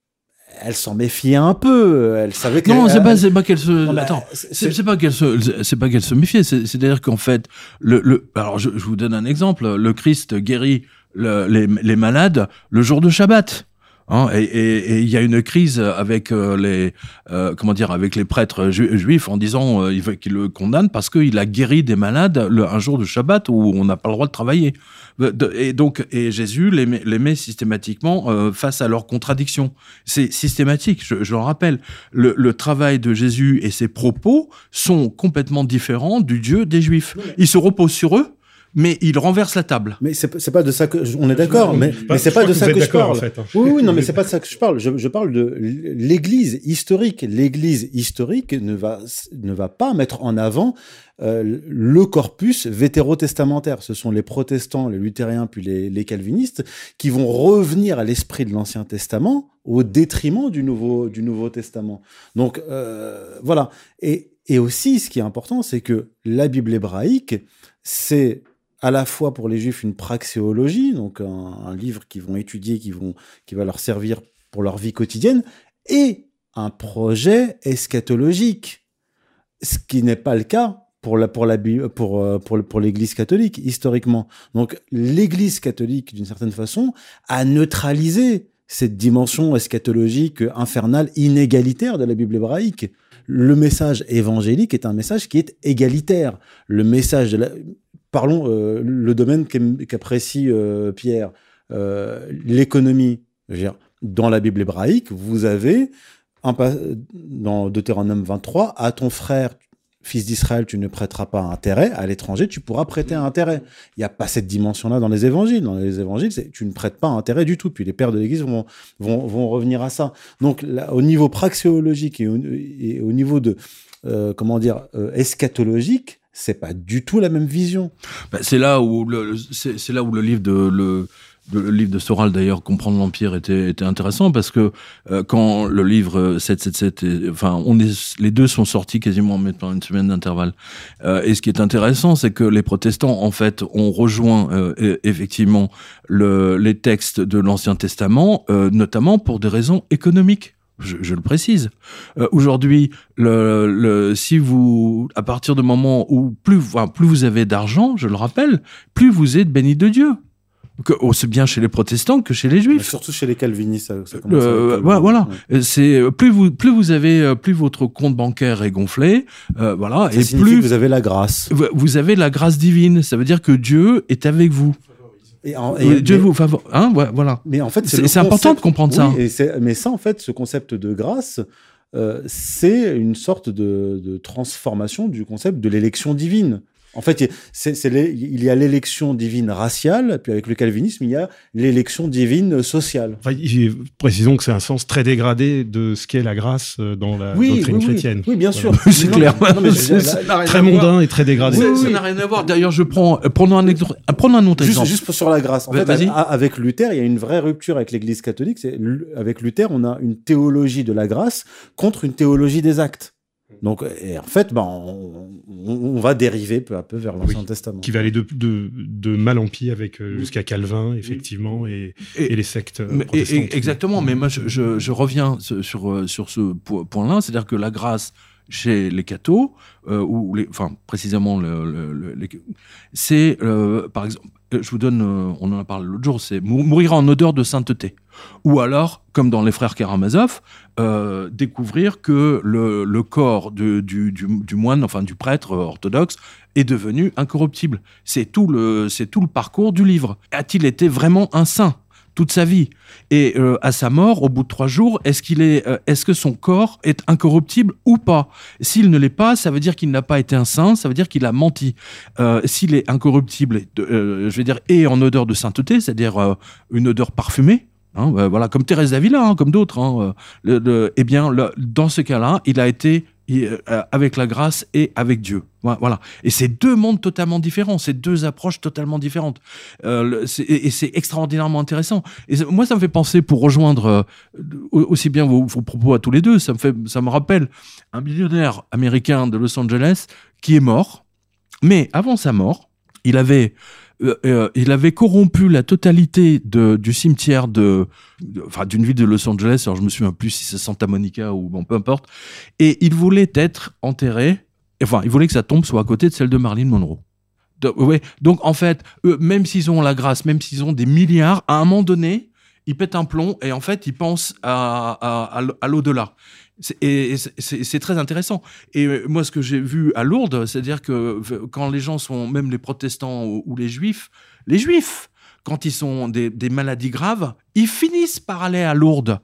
elle s'en méfiait un peu. Elle savait que Non, elle, c'est pas, c'est pas qu'elle se. Non, mais Attends, c'est- c'est, c'est pas qu'elle se, c'est pas qu'elle se méfiait. C'est, c'est-à-dire qu'en fait, le, le, alors je, je vous donne un exemple. Le Christ guérit le, les, les malades le jour de Shabbat. Hein, et, et, et il y a une crise avec euh, les euh, comment dire avec les prêtres ju- juifs en disant euh, il veut qu'ils le condamnent parce qu'il a guéri des malades le, un jour de Shabbat où on n'a pas le droit de travailler. De, et donc et Jésus les met, les met systématiquement euh, face à leurs contradictions. C'est systématique. Je, je le rappelle. Le, le travail de Jésus et ses propos sont complètement différents du Dieu des Juifs. Il se repose sur eux, mais il renverse la table. Mais c'est, c'est pas de ça que on est d'accord, mais, Pas- mais c'est je pas crois de que ça vous que êtes je d'accord, parle. en fait, hein. Oui, oui, non, mais c'est pas de ça que je parle. Je, je parle de l'Église historique. L'Église historique ne va ne va pas mettre en avant euh, le corpus vétérotestamentaire. Ce sont les protestants, les luthériens, puis les, les calvinistes qui vont revenir à l'esprit de l'Ancien Testament au détriment du Nouveau du Nouveau Testament. Donc euh, voilà. Et et aussi, ce qui est important, c'est que la Bible hébraïque, c'est à la fois pour les Juifs une praxéologie, donc un, un livre qu'ils vont étudier, qui, vont, qui va leur servir pour leur vie quotidienne, et un projet eschatologique, ce qui n'est pas le cas pour, la, pour, la, pour, pour, pour l'Église catholique, historiquement. Donc l'Église catholique, d'une certaine façon, a neutralisé cette dimension eschatologique, infernale, inégalitaire de la Bible hébraïque. Le message évangélique est un message qui est égalitaire. Le message de la... Parlons euh, le domaine qu'apprécie euh, Pierre, euh, l'économie. Je veux dire, dans la Bible hébraïque, vous avez, un, dans Deutéronome vingt-trois, à ton frère, fils d'Israël, tu ne prêteras pas intérêt, à l'étranger, tu pourras prêter un intérêt. Il n'y a pas cette dimension-là dans les évangiles. Dans les évangiles, c'est, tu ne prêtes pas intérêt du tout. Puis les pères de l'Église vont, vont, vont revenir à ça. Donc, là, au niveau praxéologique et au, et au niveau de, euh, comment dire, euh, eschatologique, c'est pas du tout la même vision. Bah, c'est là où le, c'est, c'est là où le livre de le, le livre de Soral d'ailleurs, Comprendre l'Empire, était, était intéressant parce que euh, quand le livre sept cent soixante-dix-sept, est, enfin, on est, les deux sont sortis quasiment pendant une semaine d'intervalle. Euh, et ce qui est intéressant, c'est que les protestants en fait ont rejoint euh, effectivement le, les textes de l'Ancien Testament, euh, notamment pour des raisons économiques. Je, je le précise. Euh, aujourd'hui, le, le, si vous, à partir du moment où plus, enfin, plus vous avez d'argent, je le rappelle, plus vous êtes béni de Dieu. Que, aussi bien chez les protestants que chez les juifs. Mais surtout chez les calvinistes, ça, ça commence euh, à voilà, voilà. Ouais. C'est plus vous, plus vous avez, plus votre compte bancaire est gonflé, euh, voilà, Ça et plus que vous avez la grâce. Vous avez la grâce divine. Ça veut dire que Dieu est avec vous. Et en, et, et Dieu mais, vous favorise. Hein, voilà. Mais en fait, c'est, c'est, c'est important de comprendre oui, ça. Et c'est, mais ça, en fait, ce concept de grâce, euh, c'est une sorte de, de transformation du concept de l'élection divine. En fait, c'est, c'est les, il y a l'élection divine raciale, puis avec le calvinisme, il y a l'élection divine sociale. Enfin, précisons que c'est un sens très dégradé de ce qu'est la grâce dans la oui, doctrine oui, chrétienne. Oui, oui bien sûr. Oui, c'est non, clair. Non, mais c'est, c'est, c'est très mondain et très dégradé. Oui, oui, ça oui. n'a rien à voir. D'ailleurs, je prends, prenons un exemple. Prenons un autre juste, exemple. juste sur la grâce. En Va, fait, vas-y. à, avec Luther, il y a une vraie rupture avec l'Église catholique. C'est, avec Luther, on a une théologie de la grâce contre une théologie des actes. Donc, et en fait, ben, on, on va dériver peu à peu vers l'Ancien oui, Testament. Qui va aller de, de, de mal en pis avec euh, jusqu'à Calvin, effectivement, et, et, et les sectes mais, protestantes. Et, exactement, mais moi, je, je, je reviens sur, sur ce point-là, c'est-à-dire que la grâce chez les cathos, euh, ou les, enfin, précisément, le, le, le, les, c'est, euh, par exemple, je vous donne, euh, on en a parlé l'autre jour, c'est mourir en odeur de sainteté. Ou alors, comme dans les frères Karamazov, euh, découvrir que le, le corps de, du, du, du moine, enfin du prêtre orthodoxe, est devenu incorruptible. C'est tout le, c'est tout le parcours du livre. A-t-il été vraiment un saint toute sa vie? Et euh, à sa mort, au bout de trois jours, est-ce qu'il est, euh, est-ce que son corps est incorruptible ou pas? S'il ne l'est pas, ça veut dire qu'il n'a pas été un saint, ça veut dire qu'il a menti. Euh, s'il est incorruptible, euh, je vais dire, et en odeur de sainteté, c'est-à-dire euh, une odeur parfumée, hein, euh, voilà, comme Thérèse d'Avila, hein, comme d'autres, hein, le, le, eh bien, le, dans ce cas-là, il a été euh, avec la grâce et avec Dieu. Voilà. Et c'est deux mondes totalement différents, c'est deux approches totalement différentes. Euh, le, c'est, et c'est extraordinairement intéressant. Et moi, ça me fait penser, pour rejoindre euh, aussi bien vos, vos propos à tous les deux, ça me fait, ça me rappelle un millionnaire américain de Los Angeles qui est mort, mais avant sa mort, il avait Euh, euh, il avait corrompu la totalité de, du cimetière de, de, enfin, d'une ville de Los Angeles. Alors je me souviens plus si c'est Santa Monica ou bon, peu importe. Et il voulait être enterré. Enfin, il voulait que sa tombe soit à côté de celle de Marilyn Monroe. De, ouais. Donc en fait, eux, même s'ils ont la grâce, même s'ils ont des milliards, à un moment donné, ils pètent un plomb et en fait, ils pensent à, à, à, à l'au-delà. C'est, et c'est, c'est très intéressant. Et moi, ce que j'ai vu à Lourdes, c'est-à-dire que quand les gens sont, même les protestants ou, ou les juifs, les juifs, quand ils sont des, des maladies graves, ils finissent par aller à Lourdes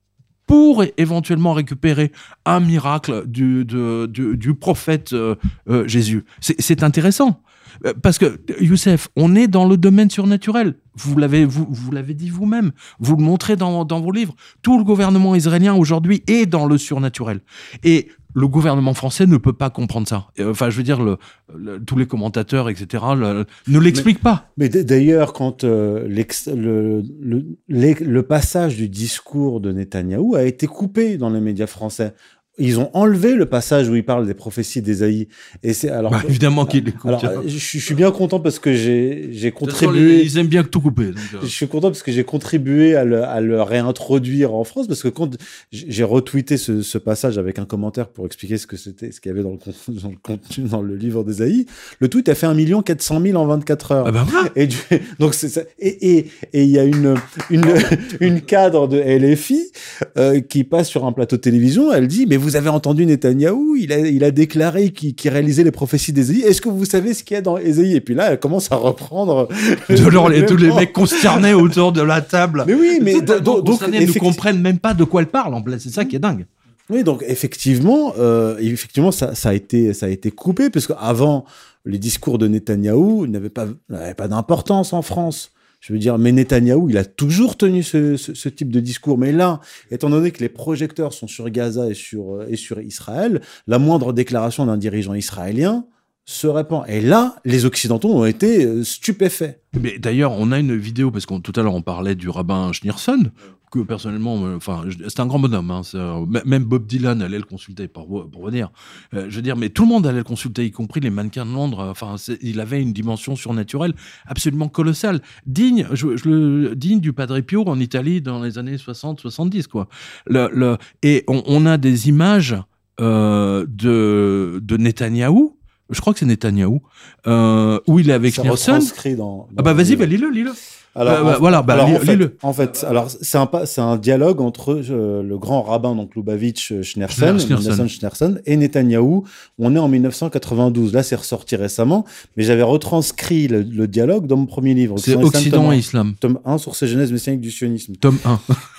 pour éventuellement récupérer un miracle du, de, du, du prophète euh, euh, Jésus. C'est, c'est intéressant. Parce que, Youssef, on est dans le domaine surnaturel. Vous l'avez, vous, vous l'avez dit vous-même. Vous le montrez dans, dans vos livres. Tout le gouvernement israélien aujourd'hui est dans le surnaturel. Et le gouvernement français ne peut pas comprendre ça. Enfin, je veux dire, le, le, tous les commentateurs, et cetera, le, ne l'expliquent mais, pas. Mais d'ailleurs, quand euh, le, le, le passage du discours de Netanyahou a été coupé dans les médias français, ils ont enlevé le passage où il parle des prophéties d'Ésaïe. Et c'est alors bah, évidemment qu'il est alors, je, je suis bien content parce que j'ai j'ai contribué. Les, ils aiment bien tout couper. Donc, euh... Je suis content parce que j'ai contribué à le, à le réintroduire en France, parce que quand j'ai retweeté ce, ce passage avec un commentaire pour expliquer ce que c'était, ce qu'il y avait dans le contenu, dans le contenu, dans le livre d'Ésaïe, le tweet a fait un million quatre cent mille en vingt-quatre heures. Ah bah voilà. Et du, donc c'est ça. Et et et il y a une une une cadre de L F I euh, qui passe sur un plateau de télévision. Elle dit, mais vous avez entendu Netanyahou, il a, il a déclaré qu'il, qu'il réalisait les prophéties d'Ésaïe. Est-ce que vous savez ce qu'il y a dans Ésaïe? Et puis là, elle commence à reprendre. Alors, les, tous les mecs consternés autour de la table. Mais oui, mais donc, donc, donc ils ne comprennent même pas de quoi elle parle, en fait. C'est ça qui est dingue. Oui, donc effectivement, euh, effectivement, ça, ça a été, ça a été coupé, parce qu'avant, les discours de Netanyahou n'avaient pas, n'avaient pas d'importance en France. Je veux dire, mais Netanyahou, il a toujours tenu ce, ce, ce type de discours. Mais là, étant donné que les projecteurs sont sur Gaza et sur, et sur Israël, la moindre déclaration d'un dirigeant israélien se répand. Et là, les Occidentaux ont été stupéfaits. Mais d'ailleurs, on a une vidéo, parce que tout à l'heure, on parlait du rabbin Schneerson, que personnellement, enfin, c'est un grand bonhomme. Hein, c'est, même Bob Dylan allait le consulter, pour, pour vous dire. Euh, je veux dire, mais tout le monde allait le consulter, y compris les mannequins de Londres. Enfin, il avait une dimension surnaturelle absolument colossale, digne, je, je le, digne du Padre Pio en Italie dans les années soixante soixante-dix, quoi. Le, le, et on, on a des images euh, de, de Netanyahou. Je crois que c'est Netanyahou, euh, où il est avec Schneerson. Dans, dans ah bah vas-y, bah, lis-le, lis-le. Alors, euh, bah, en, voilà, bah, alors lis, en, fait, lis-le. en fait, alors c'est un c'est un dialogue entre euh, le grand rabbin donc Lubavitch Schneerson, Schneerson. Schneerson et Netanyahou. On est en dix-neuf cent quatre-vingt-douze. Là, c'est ressorti récemment, mais j'avais retranscrit le, le dialogue dans mon premier livre. C'est Occident tome, et Islam. Tome un, Sources et genèse messianique du sionisme. Tome un.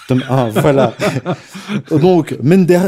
Tome un, voilà. Donc, Mender,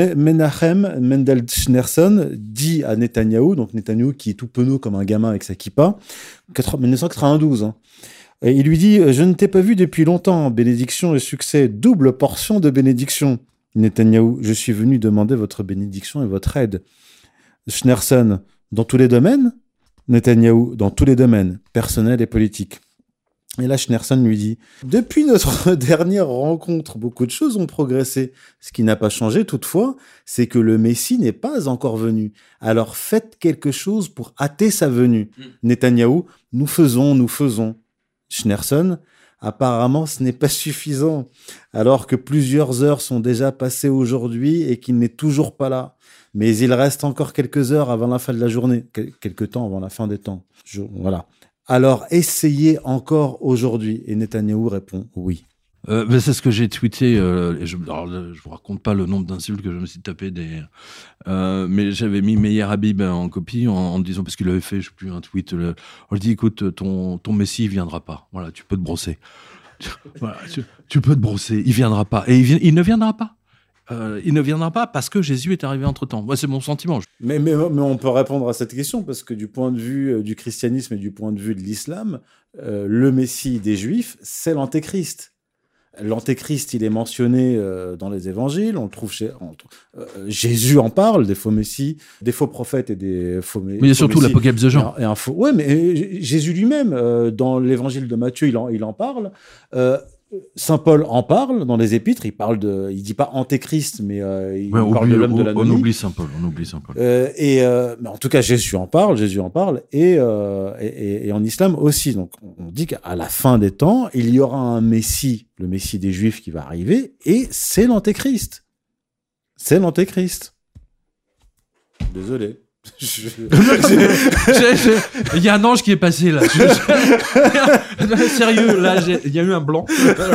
Menachem Mendel Schneerson dit à Netanyahou, donc Netanyahou qui est tout penaud comme un gamin avec sa kippa, dix-neuf cent quatre-vingt-douze, hein. Et il lui dit « Je ne t'ai pas vu depuis longtemps, bénédiction et succès, double portion de bénédiction. » Netanyahou, je suis venu demander votre bénédiction et votre aide. Schneerson, dans tous les domaines? Netanyahou, dans tous les domaines, personnels et politiques. Et là, Schneerson lui dit « Depuis notre dernière rencontre, beaucoup de choses ont progressé. Ce qui n'a pas changé toutefois, c'est que le Messie n'est pas encore venu. Alors faites quelque chose pour hâter sa venue. Mm. » Netanyahou, nous faisons, nous faisons. Schneerson, apparemment, ce n'est pas suffisant, alors que plusieurs heures sont déjà passées aujourd'hui et qu'il n'est toujours pas là. Mais il reste encore quelques heures avant la fin de la journée, Quel- quelques temps avant la fin des temps. Je, voilà. Alors, essayez encore aujourd'hui. Et Netanyahou répond oui. Euh, ben c'est ce que j'ai tweeté. Euh, et je ne vous raconte pas le nombre d'insultes que je me suis tapé. Des, euh, mais j'avais mis Meir Habib en copie en, en disant, parce qu'il avait fait, je sais plus, un tweet. Le, on lui dit, écoute, ton, ton Messie, il viendra pas. Voilà, tu peux te brosser. Voilà, tu, tu peux te brosser. Il viendra pas. Et il, vi- il ne viendra pas. Euh, il ne viendra pas parce que Jésus est arrivé entre-temps. Moi, c'est mon sentiment. Mais, mais, mais on peut répondre à cette question parce que du point de vue euh, du christianisme et du point de vue de l'islam, euh, le Messie des Juifs, c'est l'Antéchrist. L'Antéchrist, il est mentionné euh, dans les évangiles, on le trouve chez... On, euh, Jésus en parle, des faux messies, des faux prophètes et des faux messies. Mais il y a surtout l'Apocalypse de Jean. Et un, et un faux... Ouais, mais euh, Jésus lui-même, euh, dans l'évangile de Matthieu, il en, il en parle. Euh, Saint Paul en parle dans les Épîtres, il parle de, il dit pas Antéchrist, mais euh, il ouais, parle oublie, de l'homme on, de la nuit. On oublie Saint Paul, on oublie Saint Paul. Euh, et euh, mais en tout cas, Jésus en parle, Jésus en parle, et, euh, et, et en islam aussi. Donc, on dit qu'à la fin des temps, il y aura un Messie, le Messie des Juifs, qui va arriver, et c'est l'Antéchrist. C'est l'Antéchrist. Désolé. Je... Il y a un ange qui est passé là. Je... Je... Sérieux, là, il y a eu un blanc.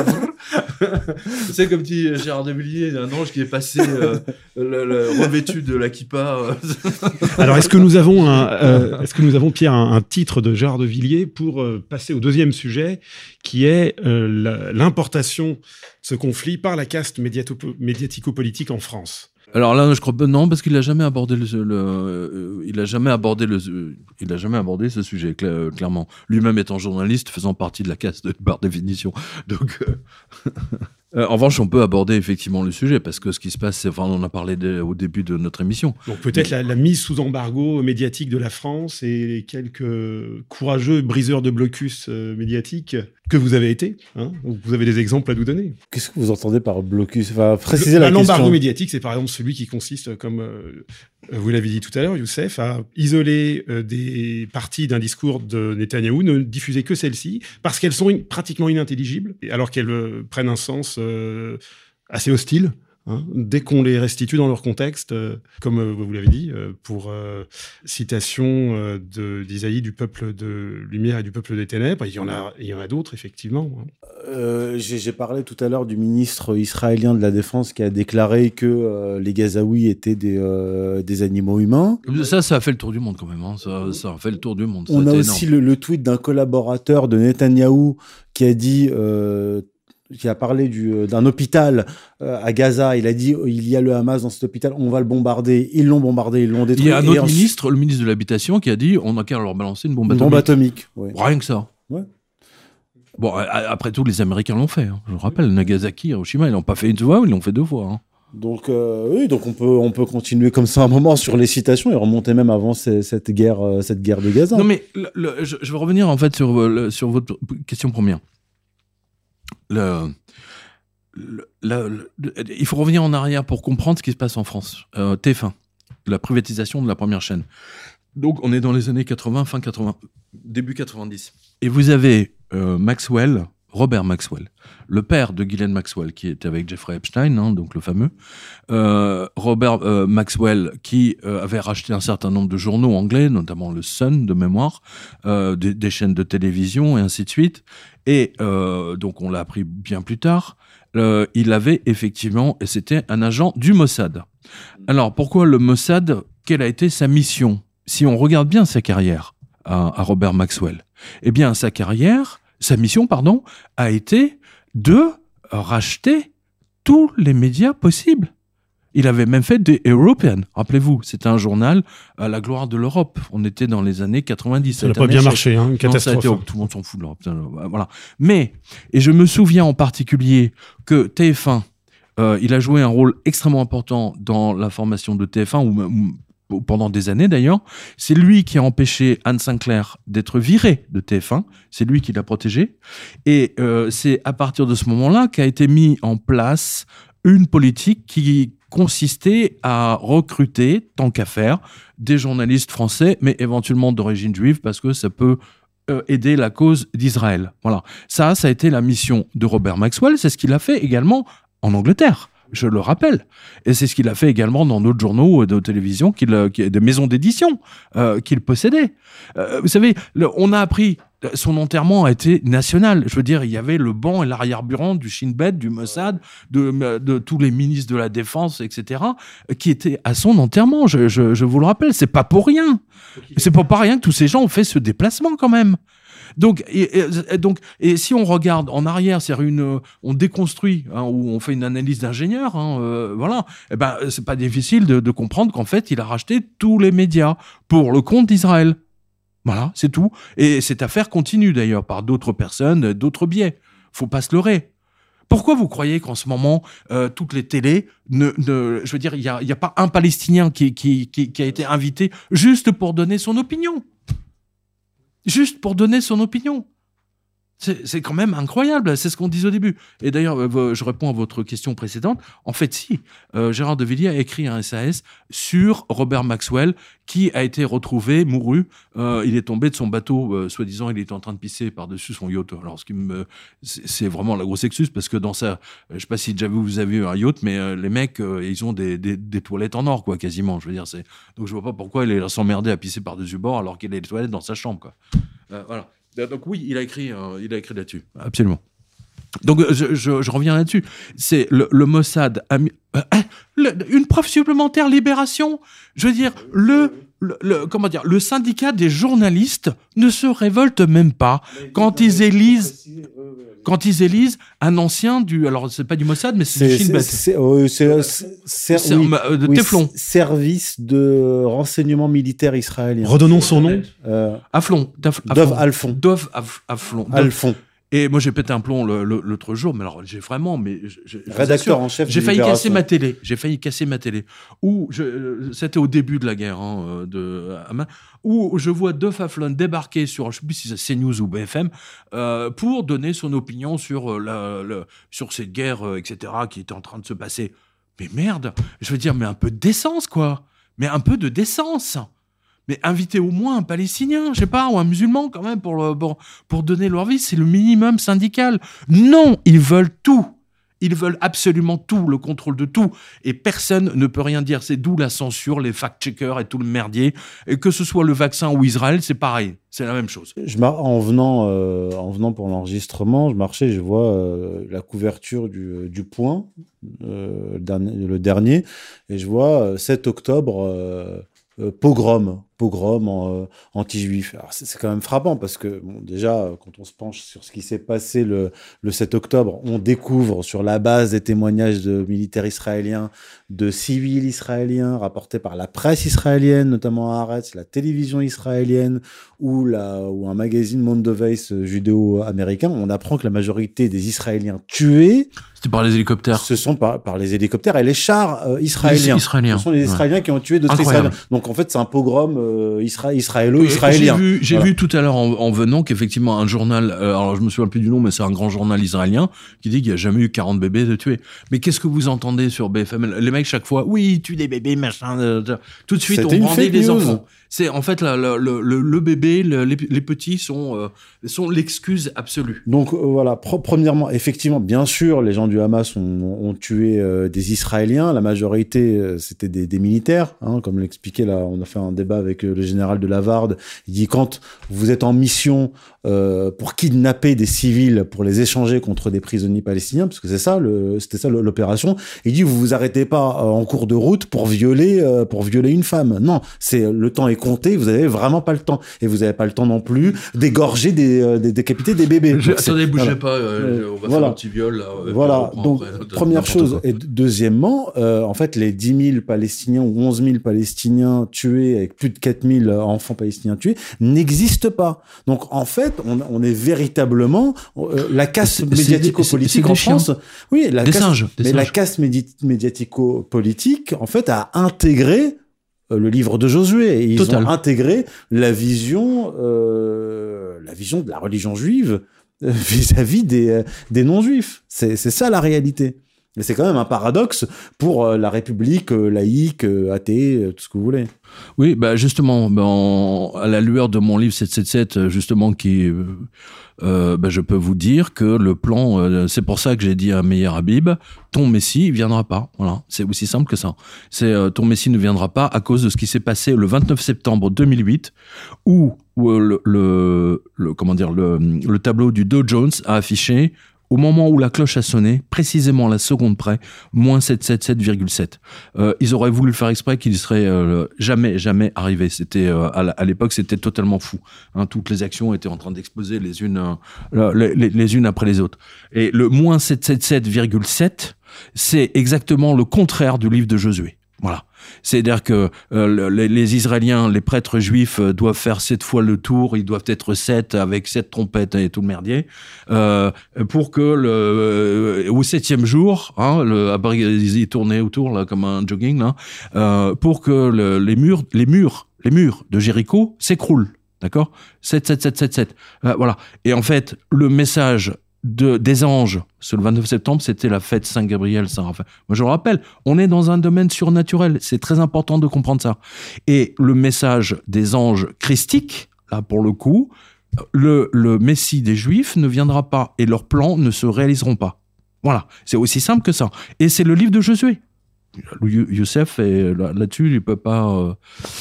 C'est comme dit Gérard de Villiers, il y a un ange qui est passé euh, le, le, revêtu de la kippa. Alors, est-ce que nous avons, un, euh, est-ce que nous avons Pierre, un, un titre de Gérard de Villiers pour euh, passer au deuxième sujet, qui est euh, la, l'importation de ce conflit par la caste médiato- médiatico-politique en France? Alors là, je crois pas, non, parce qu'il a jamais abordé le, le euh, il a jamais abordé le, euh, il a jamais abordé ce sujet cl- clairement. Lui-même étant journaliste, faisant partie de la caste de, par définition. Donc, euh, euh, en revanche, on peut aborder effectivement le sujet parce que ce qui se passe, c'est, enfin, on en a parlé dès, au début de notre émission. Donc peut-être la, la mise sous embargo médiatique de la France et quelques courageux briseurs de blocus euh, médiatiques que vous avez été. Hein, vous avez des exemples à nous donner. Qu'est-ce que vous entendez par blocus? Enfin, précisez la Un question. embargo médiatique, c'est par exemple celui qui consiste, comme euh, vous l'avez dit tout à l'heure, Youssef, à isoler euh, des parties d'un discours de Netanyahou, ne diffuser que celles-ci, parce qu'elles sont in- pratiquement inintelligibles, alors qu'elles euh, prennent un sens euh, assez hostile. Hein, dès qu'on les restitue dans leur contexte, euh, comme euh, vous l'avez dit, euh, pour euh, citation euh, de, d'Isaïe du peuple de lumière et du peuple des ténèbres, il y en a, il y en a d'autres, effectivement. Hein. Euh, j'ai, j'ai parlé tout à l'heure du ministre israélien de la Défense qui a déclaré que euh, les Gazaouis étaient des, euh, des animaux humains. Ça, ça a fait le tour du monde quand même. Hein. Ça, ça a fait le tour du monde. On a C'était aussi le, le tweet d'un collaborateur de Netanyahou qui a dit... Euh, qui a parlé du, d'un hôpital euh, à Gaza. Il a dit il y a le Hamas dans cet hôpital, on va le bombarder. Ils l'ont bombardé, ils l'ont détruit. Il y a un autre ensuite, ministre, le ministre de l'Habitation, qui a dit on n'a qu'à leur balancer une bombe une atomique. bombe atomique. Ouais. Rien que ça. Ouais. Bon, après tout, les Américains l'ont fait. Hein. Je me rappelle, Nagasaki, Hiroshima, ils l'ont pas fait une fois, ils l'ont fait deux fois. Hein. Donc euh, oui, donc on peut on peut continuer comme ça un moment sur les citations et remonter même avant ces, cette guerre euh, cette guerre de Gaza. Non mais le, le, je, je vais revenir en fait sur le, sur votre question première. Le, le, le, le, il faut revenir en arrière pour comprendre ce qui se passe en France. Euh, T F un, la privatisation de la première chaîne. Donc on est dans les années quatre-vingts, fin quatre-vingts, début quatre-vingt-dix. Et vous avez euh, Maxwell, Robert Maxwell, le père de Ghislaine Maxwell, qui était avec Jeffrey Epstein, hein, donc le fameux. Euh, Robert euh, Maxwell, qui euh, avait racheté un certain nombre de journaux anglais, notamment le Sun, de mémoire, euh, des, des chaînes de télévision, et ainsi de suite. Et euh, donc, on l'a appris bien plus tard, euh, il avait effectivement, et c'était un agent du Mossad. Alors, pourquoi le Mossad? Quelle a été sa mission? Si on regarde bien sa carrière à, à Robert Maxwell, eh bien, sa carrière... Sa mission, pardon, a été de racheté tous les médias possibles. Il avait même fait des European. Rappelez-vous, c'était un journal à la gloire de l'Europe. On était dans les années quatre-vingt-dix. Ça n'a pas bien échec. marché, hein, une catastrophe. Non, ça a été, tout le monde s'en fout de l'Europe. Voilà. Mais, et je me souviens en particulier que T F un, euh, il a joué un rôle extrêmement important dans la formation de T F un, ou, ou pendant des années d'ailleurs. C'est lui qui a empêché Anne Sinclair d'être virée de T F un. C'est lui qui l'a protégée. Et euh, c'est à partir de ce moment-là qu'a été mis en place une politique qui consistait à recruter, tant qu'à faire, des journalistes français, mais éventuellement d'origine juive, parce que ça peut euh, aider la cause d'Israël. Voilà. Ça, ça a été la mission de Robert Maxwell. C'est ce qu'il a fait également en Angleterre, je le rappelle. Et c'est ce qu'il a fait également dans d'autres journaux de télévision, qu'il, des maisons d'édition euh, qu'il possédait. Euh, vous savez, le, on a appris... Son enterrement a été national. Je veux dire, il y avait le banc et l'arrière-bureau du Shin Bet, du Mossad, de, de tous les ministres de la Défense, et cetera, qui étaient à son enterrement. Je, je, je vous le rappelle, c'est pas pour rien. C'est pas pour rien que tous ces gens ont fait ce déplacement quand même. Donc, et, et, donc, et si on regarde en arrière, c'est une, on déconstruit, hein, ou on fait une analyse d'ingénieur, hein, euh, voilà. Eh ben, c'est pas difficile de, de comprendre qu'en fait, il a racheté tous les médias pour le compte d'Israël. Voilà, c'est tout. Et cette affaire continue d'ailleurs par d'autres personnes, d'autres biais. Faut pas se leurrer. Pourquoi vous croyez qu'en ce moment, euh, toutes les télés, ne, ne, je veux dire, il y a, y a pas un Palestinien qui, qui, qui, qui a été invité juste pour donner son opinion. Juste pour donner son opinion. C'est, c'est quand même incroyable, c'est ce qu'on disait au début. Et d'ailleurs, euh, je réponds à votre question précédente. En fait, si, euh, Gérard de Villiers a écrit un S A S sur Robert Maxwell, qui a été retrouvé, mouru. Euh, il est tombé de son bateau, euh, soi-disant, il était en train de pisser par-dessus son yacht. Alors, ce qui me, c'est, c'est vraiment la grosse excuse, parce que dans ça, je sais pas si déjà vous avez eu un yacht, mais euh, les mecs, euh, ils ont des, des, des toilettes en or, quoi, quasiment. Je veux dire, c'est, donc je vois pas pourquoi il est s'emmerder à pisser par-dessus bord alors qu'il a des toilettes dans sa chambre, quoi. Euh, voilà. Donc oui, il a écrit, euh, il a écrit là-dessus, absolument. Donc je, je, je reviens là-dessus. C'est le, le Mossad a mis, euh, le, une preuve supplémentaire, Libération. Je veux dire, le, le, le comment dire, le syndicat des journalistes ne se révolte même pas quand ils élisent. Quand ils élisent un ancien du, alors c'est pas du Mossad, mais c'est, c'est du Shin Bet. C'est, euh, c'est, c'est, c'est, c'est oui, euh, de oui, Teflon. Service de renseignement militaire israélien. Redonnons son nom. Euh, Aflon. Dov Alfon. Dov Aflon. Alfon. Et moi, j'ai pété un plomb le, le, l'autre jour, mais alors j'ai vraiment, mais je, je, rédacteur en chef. J'ai failli casser ma télé. J'ai failli casser ma télé. Où je, c'était au début de la guerre, hein, de où je vois Dov Aflon débarquer sur, je sais plus si c'est CNews ou B F M, euh, pour donner son opinion sur la, la sur cette guerre, euh, et cetera, qui était en train de se passer. Mais merde, je veux dire, mais un peu de décence, quoi. Mais un peu de décence. Mais inviter au moins un Palestinien, je sais pas, ou un musulman quand même pour, le, pour, pour donner leur vie, c'est le minimum syndical. Non, ils veulent tout. Ils veulent absolument tout, le contrôle de tout. Et personne ne peut rien dire. C'est d'où la censure, les fact-checkers et tout le merdier. Et que ce soit le vaccin ou Israël, c'est pareil. C'est la même chose. Je mar- en, venant, euh, en venant pour l'enregistrement, je marchais, je vois euh, la couverture du, du Point, euh, le, dernier, le dernier, et je vois euh, sept octobre... Euh, Euh, pogrom, pogrom en, euh, anti-juif. Alors c'est, c'est quand même frappant parce que bon, déjà, quand on se penche sur ce qui s'est passé le, le sept octobre, on découvre sur la base des témoignages de militaires israéliens, de civils israéliens rapportés par la presse israélienne, notamment Haaretz, la télévision israélienne ou, la, ou un magazine Mondoveiss judéo-américain, on apprend que la majorité des Israéliens tués c'était par les hélicoptères. Ce sont par, par les hélicoptères et les chars euh, israéliens. israéliens. Ce sont les Israéliens ouais. qui ont tué d'autres Incroyable. Israéliens. Donc en fait, c'est un pogrom euh, isra- israélo-israélien. J'ai vu, j'ai voilà. vu tout à l'heure en, en venant qu'effectivement un journal, euh, alors je me souviens plus du nom, mais c'est un grand journal israélien qui dit qu'il n'y a jamais eu quarante bébés de tués. Mais qu'est-ce que vous entendez sur B F M? Les mecs chaque fois, oui, ils tuent des bébés, machin. Euh, tout de suite, C'était on brandit les enfants. C'est en fait la, la, le, le, le bébé, le, les, les petits sont euh, sont l'excuse absolue. Donc euh, voilà, Pro- premièrement, effectivement, bien sûr, les gens du Hamas ont, ont tué euh, des Israéliens. La majorité, euh, c'était des, des militaires, hein, comme l'expliquait là. On a fait un débat avec avec le général de Lavarde. Il dit quand vous êtes en mission euh, pour kidnapper des civils, pour les échanger contre des prisonniers palestiniens, parce que c'est ça, le, c'était ça l'opération. Il dit vous vous arrêtez pas euh, en cours de route pour violer, euh, pour violer une femme. Non, c'est le temps est compté. Vous avez vraiment pas le temps, et vous avez pas le temps non plus d'égorger des, euh, des décapiter des bébés. Je, attendez, bougez voilà. pas. Euh, on va voilà. faire un petit viol là. Voilà. Donc après, première chose quoi. Et deuxièmement, euh, en fait, les dix mille Palestiniens ou onze mille Palestiniens tués avec plus de quatre mille enfants palestiniens tués n'existent pas. Donc en fait, on, on est véritablement euh, la casse médiatico-politique en France. Oui, la des casse, singes, des mais singes. la casse médi- médiatico-politique, en fait, a intégré euh, le livre de Josué. Et ils Total. ont intégré la vision, euh, la vision de la religion juive euh, vis-à-vis des, euh, des non-juifs. C'est, c'est ça la réalité. Et c'est quand même un paradoxe pour euh, la République euh, laïque, euh, athée, euh, tout ce que vous voulez. Oui, bah justement, bah en, à la lueur de mon livre sept cent soixante-dix-sept, justement, qui, euh, euh, bah je peux vous dire que le plan, euh, c'est pour ça que j'ai dit à Meir Habib, ton Messie, il viendra pas. Voilà, c'est aussi simple que ça. C'est euh, ton Messie ne viendra pas à cause de ce qui s'est passé le vingt-neuf septembre deux mille huit, où, où le, le, le comment dire le, le tableau du Dow Jones a affiché, au moment où la cloche a sonné, précisément la seconde près, moins sept cent soixante-dix-sept virgule sept. Euh, ils auraient voulu le faire exprès, qu'il serait euh, jamais, jamais arrivé. C'était euh, à, à l'époque, c'était totalement fou. Hein, toutes les actions étaient en train d'exploser les unes, euh, les, les, les unes après les autres. Et le moins sept cent soixante-dix-sept virgule sept, c'est exactement le contraire du livre de Josué. Voilà. C'est-à-dire que euh, les, les Israéliens, les prêtres juifs euh, doivent faire sept fois le tour, ils doivent être sept avec sept trompettes et tout le merdier, euh, pour que le euh, au septième jour, hein, le, après ils tournaient autour là comme un jogging là, euh, pour que le, les murs, les murs, les murs de Jéricho s'écroulent. D'accord ? sept, sept, sept, sept, sept. Euh, voilà. Et en fait, le message de, des anges, c'est le vingt-neuf septembre, c'était la fête Saint-Gabriel, Saint-Raphaël. Moi, je le rappelle, on est dans un domaine surnaturel. C'est très important de comprendre ça. Et le message des anges christiques, là, pour le coup, le, le Messie des Juifs ne viendra pas et leurs plans ne se réaliseront pas. Voilà. C'est aussi simple que ça. Et c'est le livre de Josué. Youssef, et là, là-dessus, il ne peut pas euh,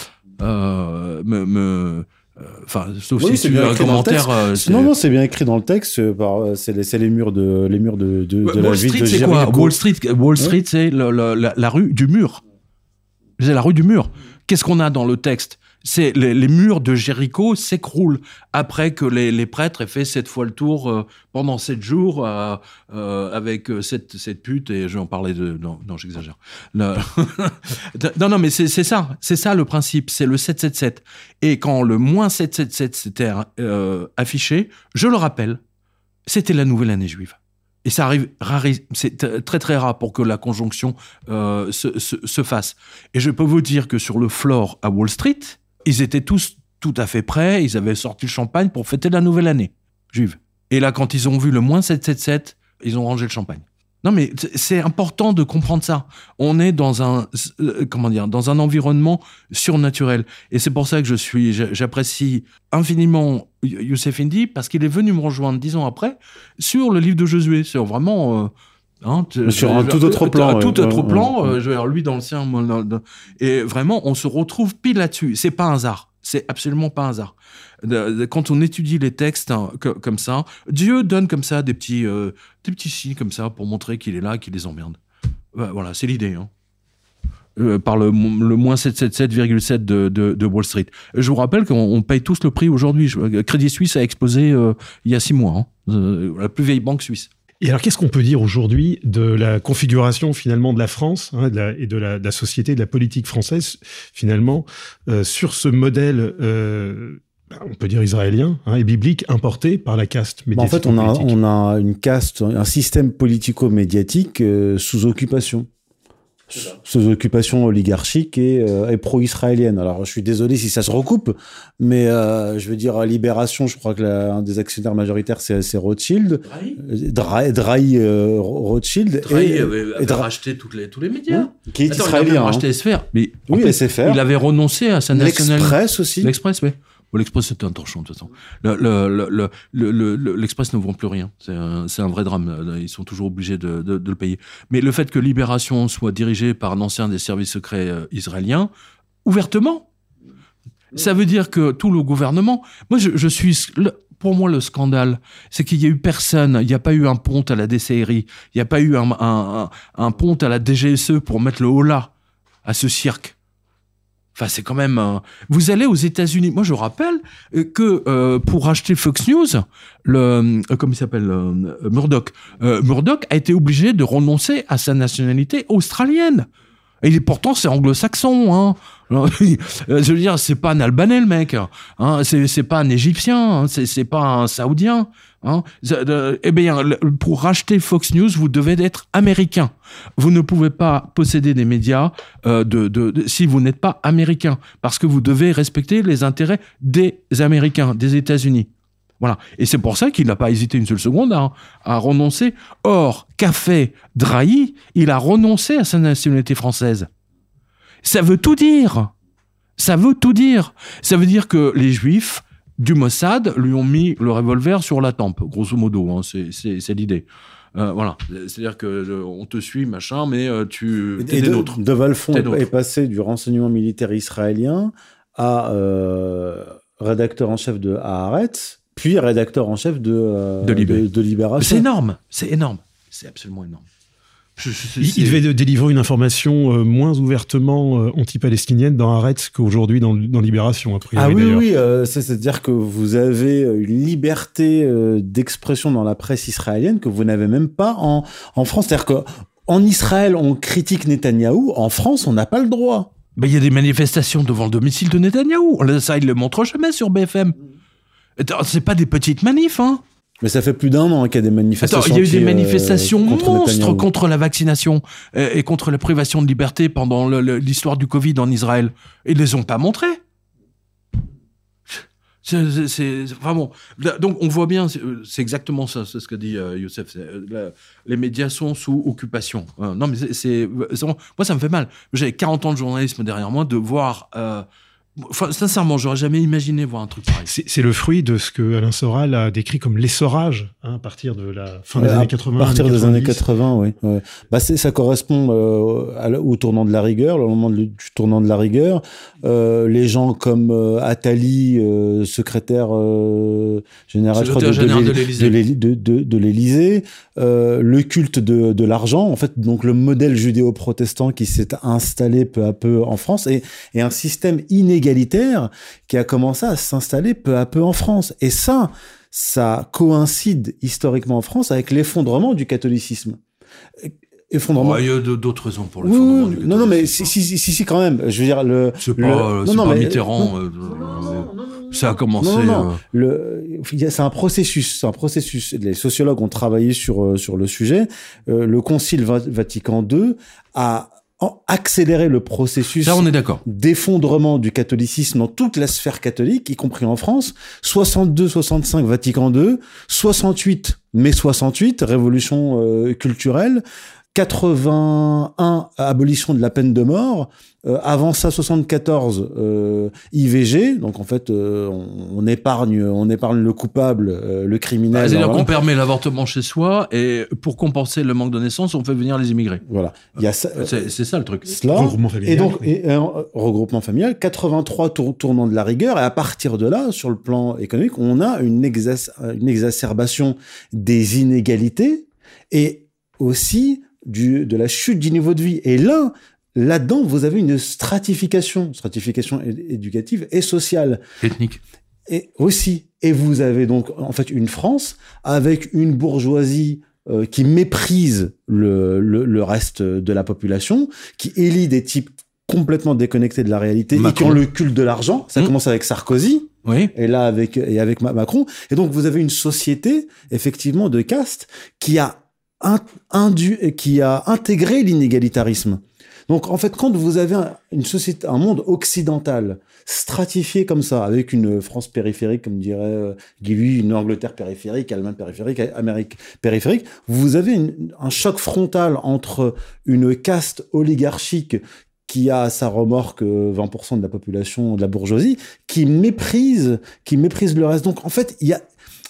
euh, me... me Enfin, sauf oui, si tu as un commentaire. Euh, non, non, c'est bien écrit dans le texte. Par, c'est, les, c'est les murs de, les murs de, de, de la ville de c'est Jéricho. Quoi Wall Street, Wall Street, ouais. c'est le, le, la, la rue du mur. C'est la rue du mur. Qu'est-ce qu'on a dans le texte ? C'est les, les murs de Jéricho s'écroulent après que les, les prêtres aient fait sept fois le tour euh, pendant sept jours euh, euh, avec cette cette pute et je vais en parler de non non j'exagère. Le... non non mais c'est c'est ça c'est ça le principe, c'est le sept cent soixante-dix-sept et quand le moins sept cent soixante-dix-sept s'était euh, affiché, je le rappelle, c'était la nouvelle année juive. Et ça arrive, rari- c'est très très rare pour que la conjonction euh, se, se, se fasse. Et je peux vous dire que sur le floor à Wall Street, ils étaient tous tout à fait prêts, ils avaient sorti le champagne pour fêter la nouvelle année juive. Et là, quand ils ont vu le moins sept cent soixante-dix-sept, ils ont rangé le champagne. Non mais c'est important de comprendre ça. On est dans un euh, comment dire dans un environnement surnaturel et c'est pour ça que je suis j'apprécie infiniment Youssef Indy parce qu'il est venu me rejoindre dix ans après sur le livre de Josué. C'est vraiment euh, hein, sur un tout autre plan. Un tout ouais, autre ouais, plan. ouais. Euh, je veux dire, lui dans le sien, moi, dans, dans, et vraiment on se retrouve pile là-dessus. C'est pas un hasard. C'est absolument pas un hasard. Quand on étudie les textes hein, que, comme ça, Dieu donne comme ça des petits, euh, des petits signes comme ça pour montrer qu'il est là, qu'il les emmerde. Voilà, c'est l'idée. Hein. Euh, par le, le moins sept cent soixante-dix-sept virgule sept de, de, de Wall Street. Je vous rappelle qu'on on paye tous le prix aujourd'hui. Crédit Suisse a explosé euh, il y a six mois. Hein. Euh, la plus vieille banque suisse. Et alors, qu'est-ce qu'on peut dire aujourd'hui de la configuration finalement de la France hein, de la, et de la, de la société, de la politique française finalement euh, sur ce modèle, euh, on peut dire israélien hein, et biblique importé par la caste médiatique. En fait, on a, on a une caste, un système politico-médiatique euh, sous occupation. Sous occupation oligarchique et, euh, et pro-israélienne. Alors, je suis désolé si ça se recoupe, mais euh, je veux dire, à Libération, je crois que la, un des actionnaires majoritaires, c'est, c'est Rothschild. Drahi Drahi euh, Rothschild. Drahi et, avait, avait et Dra- racheté toutes les, tous les médias. Hein, qui est Attends, israélien. Il a racheté hein. S F R. Mais oui, fait, S F R. Il avait renoncé à sa nationalité. L'Express aussi. L'Express, oui. Bon, L'Express, c'était un torchon, de toute façon. Le, le, le, le, le, le, L'Express ne vend plus rien. C'est un, c'est un vrai drame. Ils sont toujours obligés de, de, de le payer. Mais le fait que Libération soit dirigée par un ancien des services secrets euh, israéliens, ouvertement, Ça veut dire que tout le gouvernement... Moi, je, je suis... Pour moi, le scandale, c'est qu'il n'y a eu personne, il n'y a pas eu un ponte à la D C R I, il n'y a pas eu un, un, un, un ponte à la D G S E pour mettre le holà à ce cirque. Enfin, c'est quand même... Euh... Vous allez aux États-Unis. Moi, je rappelle que euh, pour acheter Fox News, le euh, comment il s'appelle euh, Murdoch, euh, Murdoch a été obligé de renoncer à sa nationalité australienne. Et pourtant, c'est anglo-saxon. Hein. Je veux dire, c'est pas un Albanais, le mec. Hein. C'est, c'est pas un Égyptien. Hein. C'est, c'est pas un Saoudien. Hein. Eh bien, pour racheter Fox News, vous devez être américain. Vous ne pouvez pas posséder des médias euh, de, de, de, si vous n'êtes pas américain, parce que vous devez respecter les intérêts des Américains, des États-Unis. Voilà. Et c'est pour ça qu'il n'a pas hésité une seule seconde à, à renoncer. Or, qu'a fait Drahi? Il a renoncé à sa nationalité française. Ça veut tout dire. Ça veut tout dire. Ça veut dire que les Juifs du Mossad lui ont mis le revolver sur la tempe, grosso modo. Hein, c'est, c'est, c'est l'idée. Euh, voilà. C'est-à-dire que euh, on te suit, machin, mais euh, tu t'es et des de, nôtres. De Valfond est passé du renseignement militaire israélien à euh, rédacteur en chef de Haaretz, puis rédacteur en chef de, euh, de, Libé. de, de Libération. C'est énorme, c'est énorme, c'est absolument énorme. Je, je, il, il devait de délivrer une information euh, moins ouvertement euh, anti-palestinienne dans Haaretz qu'aujourd'hui dans, dans Libération, a priori. Ah oui, d'ailleurs. oui, euh, c'est, c'est-à-dire que vous avez une liberté euh, d'expression dans la presse israélienne que vous n'avez même pas en, en France. C'est-à-dire qu'en Israël, on critique Netanyahou, en France, on n'a pas le droit. Ben, y a des manifestations devant le domicile de Netanyahou. Ça, il le montre jamais sur B F M. C'est pas des petites manifs, hein. Mais ça fait plus d'un an qu'il y a des manifestations. Attends, il y a eu qui, des manifestations euh, contre monstres Netanyahou. contre la vaccination et, et contre la privation de liberté pendant le, le, l'histoire du Covid en Israël. Ils les ont pas montrés. C'est, c'est, c'est, enfin bon. Donc on voit bien, c'est, c'est exactement ça, c'est ce que dit euh, Youssef. C'est, la, les médias sont sous occupation. Euh, non mais c'est, c'est, c'est, moi ça me fait mal. J'avais quarante ans de journalisme derrière moi, de voir. Euh, Enfin, sincèrement, j'aurais jamais imaginé voir un truc pareil. C'est, c'est le fruit de ce que Alain Soral a décrit comme l'essorage, hein, à partir de la fin des euh, années quatre-vingts. À partir années des années quatre-vingts, oui. Ouais. Bah, c'est, ça correspond euh, à, au tournant de la rigueur, le moment du tournant de la rigueur. Euh, les gens comme euh, Attali, euh, secrétaire euh, général, secrétaire je crois, de, général de, de l'Élysée, de, l'Élysée, de, de, de l'Élysée euh, le culte de, de l'argent, en fait, donc le modèle judéo-protestant qui s'est installé peu à peu en France et, et un système inégalitaire qui a commencé à s'installer peu à peu en France. Et ça, ça coïncide historiquement en France avec l'effondrement du catholicisme. Effondrement. Oh, il y a d'autres raisons pour l'effondrement oui, du catholicisme. Non, non, mais si, si, si, si, si, quand même. Je veux dire, le. C'est le, pas, non, c'est non, pas mais, Mitterrand. Non, euh, non, non, non, ça a commencé. Non, non, non. Euh... Le, c'est un processus. C'est un processus. Les sociologues ont travaillé sur, sur le sujet. Euh, le Concile Vatican deux a accélérer le processus Là, on est d'accord. d'effondrement du catholicisme dans toute la sphère catholique, y compris en France. soixante-deux soixante-cinq, Vatican deux. soixante-huit, mai soixante-huit, révolution euh, culturelle. quatre-vingt-un, abolition de la peine de mort. Euh, avant ça, soixante-quatorze, euh, I V G. Donc en fait, euh, on, on épargne, on épargne le coupable, euh, le criminel. Bah, c'est-à-dire voilà. qu'on permet l'avortement chez soi et pour compenser le manque de naissance, on fait venir les immigrés. Voilà. Il y a ça, c'est, c'est ça le truc. Cela, regroupement familial. Et donc, et, euh, regroupement familial, quatre-vingt-trois tour, tournant de la rigueur. Et à partir de là, sur le plan économique, on a une, exas, une exacerbation des inégalités et aussi du, de la chute du niveau de vie. Et là, là-dedans, vous avez une stratification, stratification é- éducative et sociale. Ethnique. Et aussi. Et vous avez donc, en fait, une France avec une bourgeoisie euh, qui méprise le, le, le reste de la population, qui élit des types complètement déconnectés de la réalité Macron. Et qui ont le culte de l'argent. Ça mmh. commence avec Sarkozy. Oui. Et là, avec, et avec Macron. Et donc, vous avez une société, effectivement, de caste qui a Indu, qui a intégré l'inégalitarisme. Donc, en fait, quand vous avez un, une société, un monde occidental stratifié comme ça, avec une France périphérique, comme dirait euh, Guy Lui, une Angleterre périphérique, Allemagne périphérique, Amérique périphérique, vous avez une, un choc frontal entre une caste oligarchique qui a à sa remorque vingt pour cent de la population de la bourgeoisie, qui méprise, qui méprise le reste. Donc, en fait, il y a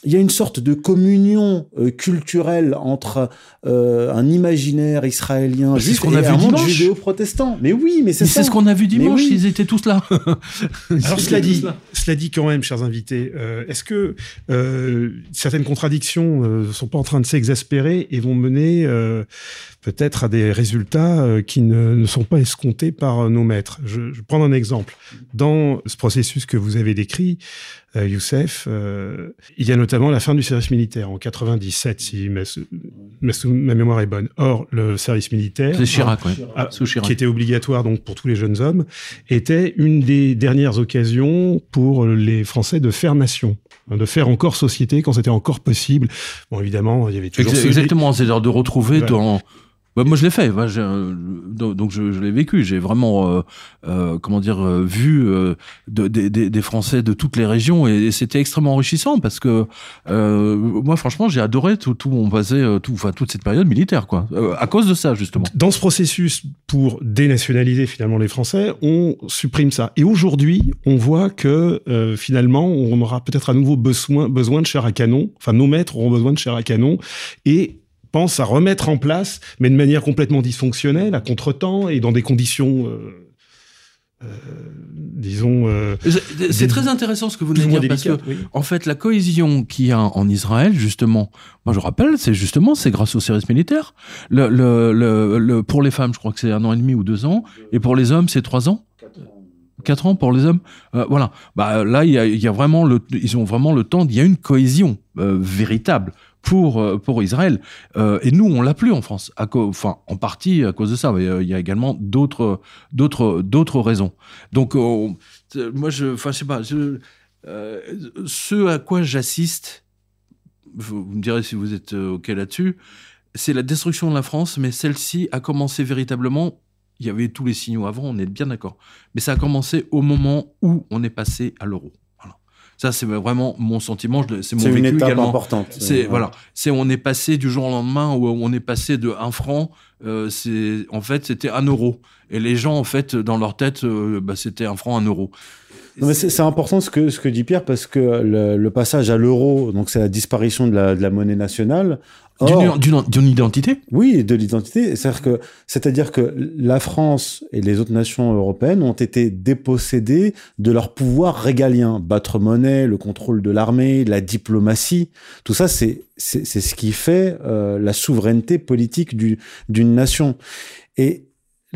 il y a une sorte de communion euh, culturelle entre euh, un imaginaire israélien c'est juif ce qu'on et a vu un monde dimanche. judéo-protestant. Mais oui, mais c'est Mais ça. c'est ce qu'on a vu dimanche, oui. ils étaient tous là. Alors cela dit, cela dit quand même, chers invités, euh, est-ce que euh, certaines contradictions ne euh, sont pas en train de s'exaspérer et vont mener euh, peut-être à des résultats euh, qui ne, ne sont pas escomptés par euh, nos maîtres? Je, je vais prendre un exemple. Dans ce processus que vous avez décrit, euh, Youssef, euh, il y a notamment la fin du service militaire en quatre-vingt-dix-sept, si ma, ma, ma mémoire est bonne. Or, le service militaire, C'est Chirac, hein, ouais. ah, Sous Chirac. qui était obligatoire donc pour tous les jeunes hommes, était une des dernières occasions pour les Français de faire nation, hein, de faire encore société quand c'était encore possible. Bon, évidemment, il y avait toujours Ex- ceux- Exactement, c'est-à-dire de retrouver Voilà. dans... Bah, moi, je l'ai fait. Moi, j'ai, euh, donc, je, je l'ai vécu. J'ai vraiment, euh, euh, comment dire, euh, vu euh, de, de, de, des Français de toutes les régions, et, et c'était extrêmement enrichissant parce que euh, moi, franchement, j'ai adoré tout, tout mon passé, euh, tout, enfin, toute cette période militaire, quoi, euh, à cause de ça, justement. Dans ce processus pour dénationaliser finalement les Français, on supprime ça. Et aujourd'hui, on voit que euh, finalement, on aura peut-être à nouveau besoin, besoin de chair à canon. Enfin, nos maîtres auront besoin de chair à canon et pense à remettre en place, mais de manière complètement dysfonctionnelle, à contre-temps et dans des conditions, euh, euh, disons... Euh, c'est, c'est très intéressant ce que vous venez de dire, parce que, oui. en fait, la cohésion qu'il y a en Israël, justement, moi je rappelle, c'est justement, c'est grâce au service militaire. Le, le, le, le, pour les femmes, je crois que c'est un an et demi ou deux ans, et pour les hommes, c'est trois ans. Quatre ans pour les hommes, euh, voilà. Bah là, il y a, il y a vraiment le, ils ont vraiment le temps. Il y a une cohésion euh, véritable pour euh, pour Israël. Euh, et nous, on l'a plus en France. À co- enfin, en partie à cause de ça. Mais euh, il y a également d'autres d'autres d'autres raisons. Donc, euh, moi, je, enfin, je sais pas. Je, euh, ce à quoi j'assiste, vous, vous me direz si vous êtes ok là-dessus, c'est la destruction de la France. Mais celle-ci a commencé véritablement. Il y avait tous les signaux avant, on est bien d'accord. Mais ça a commencé au moment où on est passé à l'euro. Voilà. Ça, c'est vraiment mon sentiment. C'est mon C'est vécu une étape également. importante. C'est Ouais. voilà. C'est on est passé du jour au lendemain où on est passé de un franc. Euh, c'est en fait c'était un euro. Et les gens en fait dans leur tête, euh, bah, c'était un franc, un euro. Non, mais c'est, c'est important ce que, ce que dit Pierre, parce que le, le passage à l'euro, donc c'est la disparition de la, de la monnaie nationale. Or, D'une, d'une, d'une identité. Oui, de l'identité. C'est-à-dire que, c'est-à-dire que la France et les autres nations européennes ont été dépossédées de leur pouvoir régalien. Battre monnaie, le contrôle de l'armée, la diplomatie. Tout ça, c'est, c'est, c'est ce qui fait euh, la souveraineté politique du, d'une nation. Et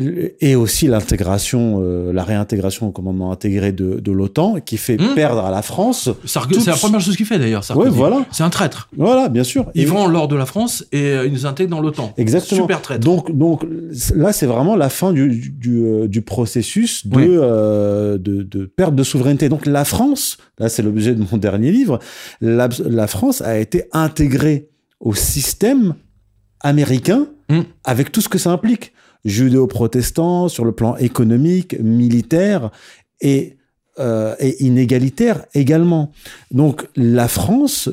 Et aussi l'intégration, euh, la réintégration au commandement intégré de, de l'OTAN, qui fait Mmh. perdre à la France. Sarko- toute- C'est la première chose qu'il fait d'ailleurs. Sarkozy. Ouais, voilà. C'est un traître. Voilà, bien sûr. Ils Et- vont l'or de la France et euh, ils nous intègrent dans l'OTAN. Exactement. Super traître. Donc, donc là, c'est vraiment la fin du, du, euh, du processus de, Oui. euh, de, de perte de souveraineté. Donc la France, là c'est l'objet de mon dernier livre, la, la France a été intégrée au système américain Mm. avec tout ce que ça implique. Judéo-protestant, sur le plan économique, militaire et, euh, et inégalitaire également. Donc la France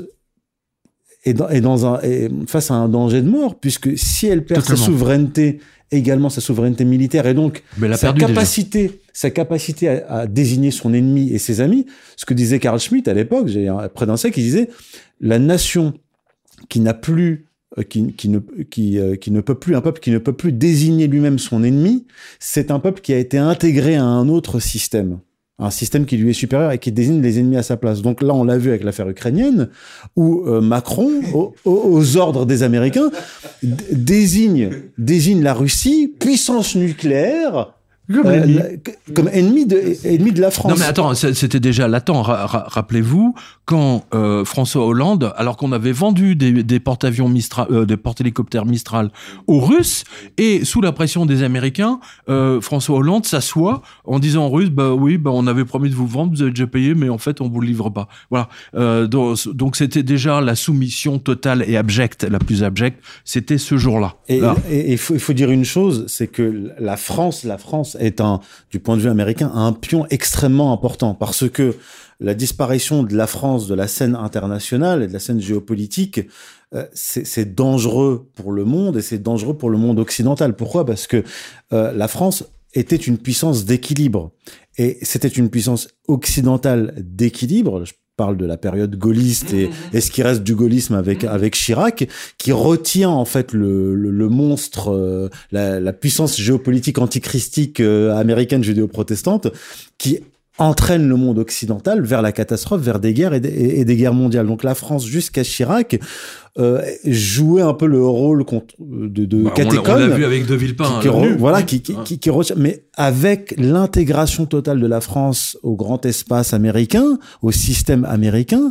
est, dans, est, dans un, est face à un danger de mort, puisque si elle perd Totalement. sa souveraineté, également sa souveraineté militaire, et donc Mais elle a sa perdu déjà. capacité, sa capacité à, à désigner son ennemi et ses amis, ce que disait Carl Schmitt à l'époque, j'ai un- près d'un siècle, il disait la nation qui n'a plus euh, qui, qui, ne, qui, euh, qui ne peut plus, un peuple qui ne peut plus désigner lui-même son ennemi, c'est un peuple qui a été intégré à un autre système. Un système qui lui est supérieur et qui désigne les ennemis à sa place. Donc là, on l'a vu avec l'affaire ukrainienne, où euh, Macron, au, au, aux ordres des Américains, d- désigne, désigne la Russie, puissance nucléaire, Comme euh, ennemi. la- comme ennemi de, ennemi de la France. Non mais attends, c'est- c'était déjà latent. Ra- ra- rappelez-vous quand euh, François Hollande, alors qu'on avait vendu des, des porte-avions Mistral, euh, des porte-hélicoptères Mistral aux Russes, et sous la pression des Américains, euh, François Hollande s'assoit en disant aux Russes, bah oui, bah on avait promis de vous vendre, vous avez déjà payé, mais en fait on vous le livre pas. Voilà. Euh, donc, donc c'était déjà la soumission totale et abjecte, la plus abjecte, c'était ce jour-là. Et Là. et il faut, il faut dire une chose, c'est que la France, la France est un, du point de vue américain, un pion extrêmement important, parce que la disparition de la France de la scène internationale et de la scène géopolitique, euh, c'est, c'est dangereux pour le monde et c'est dangereux pour le monde occidental. Pourquoi ? Parce que euh, la France était une puissance d'équilibre. Et c'était une puissance occidentale d'équilibre. Je parle de la période gaulliste et, et ce qui reste du gaullisme avec avec Chirac, qui retient en fait le le, le monstre, euh, la, la puissance géopolitique antichristique euh, américaine judéo-protestante, qui entraîne le monde occidental vers la catastrophe, vers des guerres et des, et des guerres mondiales. Donc la France, jusqu'à Chirac, euh, jouait un peu le rôle contre, de, de bah, catéchone. On l'a vu avec De Villepin. Qui, qui re, voilà, qui, qui, hein. qui, qui, qui, mais avec l'intégration totale de la France au grand espace américain, au système américain,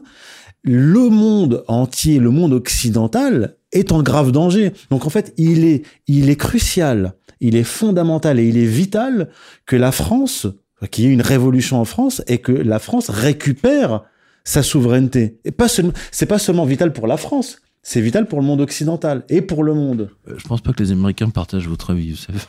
le monde entier, le monde occidental est en grave danger. Donc en fait, il est, il est crucial, il est fondamental et il est vital que la France, qu'il y ait une révolution en France et que la France récupère sa souveraineté. Et pas seulement, c'est pas seulement vital pour la France, c'est vital pour le monde occidental et pour le monde. Euh, je pense pas que les Américains partagent votre avis, Youssef.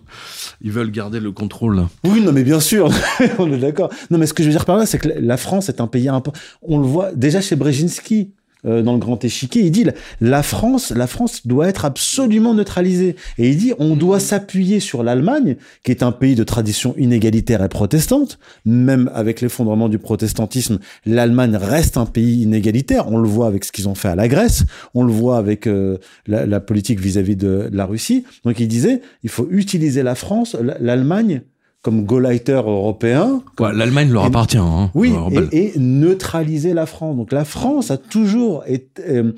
Ils veulent garder le contrôle. Oui, non, mais bien sûr, on est d'accord. Non, mais ce que je veux dire par là, c'est que la France est un pays important. On le voit déjà chez Brzezinski. Euh, dans le Grand Échiquier, il dit la France, la France doit être absolument neutralisée. Et il dit on doit s'appuyer sur l'Allemagne, qui est un pays de tradition inégalitaire et protestante. Même avec l'effondrement du protestantisme, l'Allemagne reste un pays inégalitaire. On le voit avec ce qu'ils ont fait à la Grèce, on le voit avec euh, la, la politique vis-à-vis de, de la Russie. Donc il disait il faut utiliser la France, l'Allemagne comme Gauleiter européen. Comme... Ouais, l'Allemagne leur et, appartient. Hein, oui, et, et neutraliser la France. Donc la France a toujours été... Euh,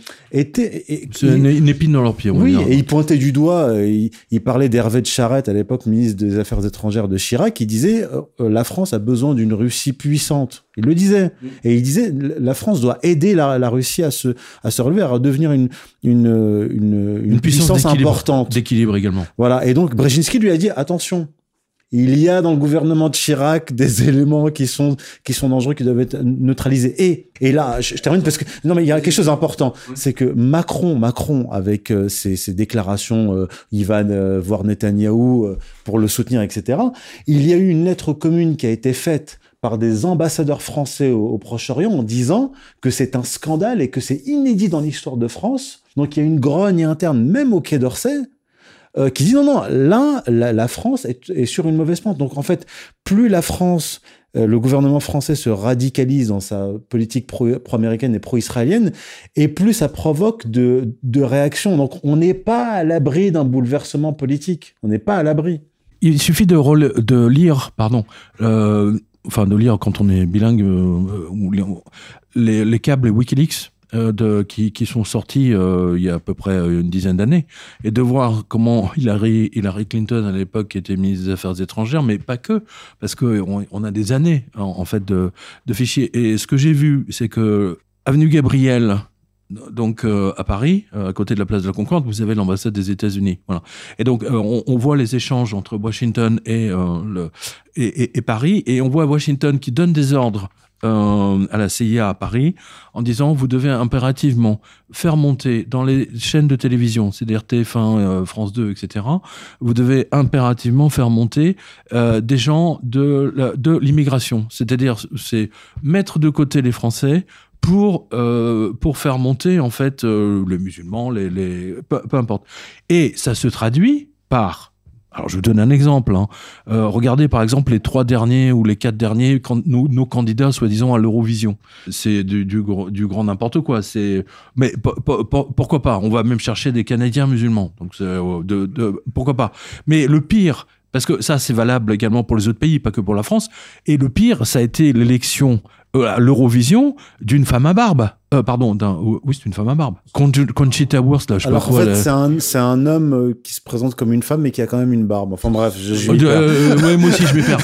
été C'est et, une, une épine dans leur pied. Oui, dire. Et il pointait du doigt, euh, il, il parlait d'Hervé de Charette, à l'époque ministre des Affaires étrangères de Chirac, qui disait euh, euh, la France a besoin d'une Russie puissante. Il le disait. Oui. Et il disait la France doit aider la, la Russie à se, à se relever, à redevenir une, une, une, une, une puissance, puissance importante. D'équilibre également. Voilà. Et donc Brzezinski lui a dit attention. Il y a dans le gouvernement de Chirac des éléments qui sont qui sont dangereux, qui doivent être neutralisés. Et et là, je, je termine parce que non mais il y a quelque chose d'important, oui. C'est que Macron, Macron avec euh, ses, ses déclarations, euh, il va euh, voir Netanyahou euh, pour le soutenir, et cetera. Il y a eu une lettre commune qui a été faite par des ambassadeurs français au, au Proche-Orient en disant que c'est un scandale et que c'est inédit dans l'histoire de France. Donc il y a une grogne interne, même au Quai d'Orsay. Euh, qui dit non, non, là, la, la France est, est sur une mauvaise pente. Donc, en fait, plus la France, euh, le gouvernement français se radicalise dans sa politique pro, pro-américaine et pro-israélienne, et plus ça provoque de, de réactions. Donc, on n'est pas à l'abri d'un bouleversement politique. On n'est pas à l'abri. Il suffit de, rele- de lire, pardon, euh, enfin, de lire quand on est bilingue, euh, les, les câbles Wikileaks, Euh, de, qui, qui sont sortis euh, il y a à peu près une dizaine d'années, et de voir comment Hillary, Hillary Clinton à l'époque qui était ministre des Affaires étrangères, mais pas que, parce que on, on a des années en, en fait de, de fichiers. Et ce que j'ai vu, c'est que avenue Gabriel, donc euh, à Paris, euh, à côté de la place de la Concorde, vous avez l'ambassade des États-Unis. Voilà. Et donc euh, on, on voit les échanges entre Washington et, euh, le, et, et, et Paris, et on voit Washington qui donne des ordres Euh, à la C I A à Paris, en disant vous devez impérativement faire monter dans les chaînes de télévision, c'est-à-dire T F un, euh, France deux, et cetera, vous devez impérativement faire monter euh, des gens de, la, de l'immigration, c'est-à-dire c'est mettre de côté les Français pour euh, pour faire monter en fait euh, les musulmans, les, les peu, peu importe. Et ça se traduit par... Alors, je vous donne un exemple. Hein. Euh, regardez, par exemple, les trois derniers ou les quatre derniers, quand nous, nos candidats, soi-disant, à l'Eurovision. C'est du, du, du grand n'importe quoi. C'est, mais po, po, po, pourquoi pas? On va même chercher des Canadiens musulmans. Donc, c'est, de, de, pourquoi pas? Mais le pire, parce que ça, c'est valable également pour les autres pays, pas que pour la France. Et le pire, ça a été l'élection à l'Eurovision d'une femme à barbe. Euh, pardon, d'un, oui, c'est une femme à barbe. Conchita Wurst, là, je sais Alors, pas quoi. Alors, en fait, là. c'est un, c'est un homme qui se présente comme une femme, mais qui a quand même une barbe. Enfin, bref, je, je euh, euh, ouais, moi aussi, je m'y perds.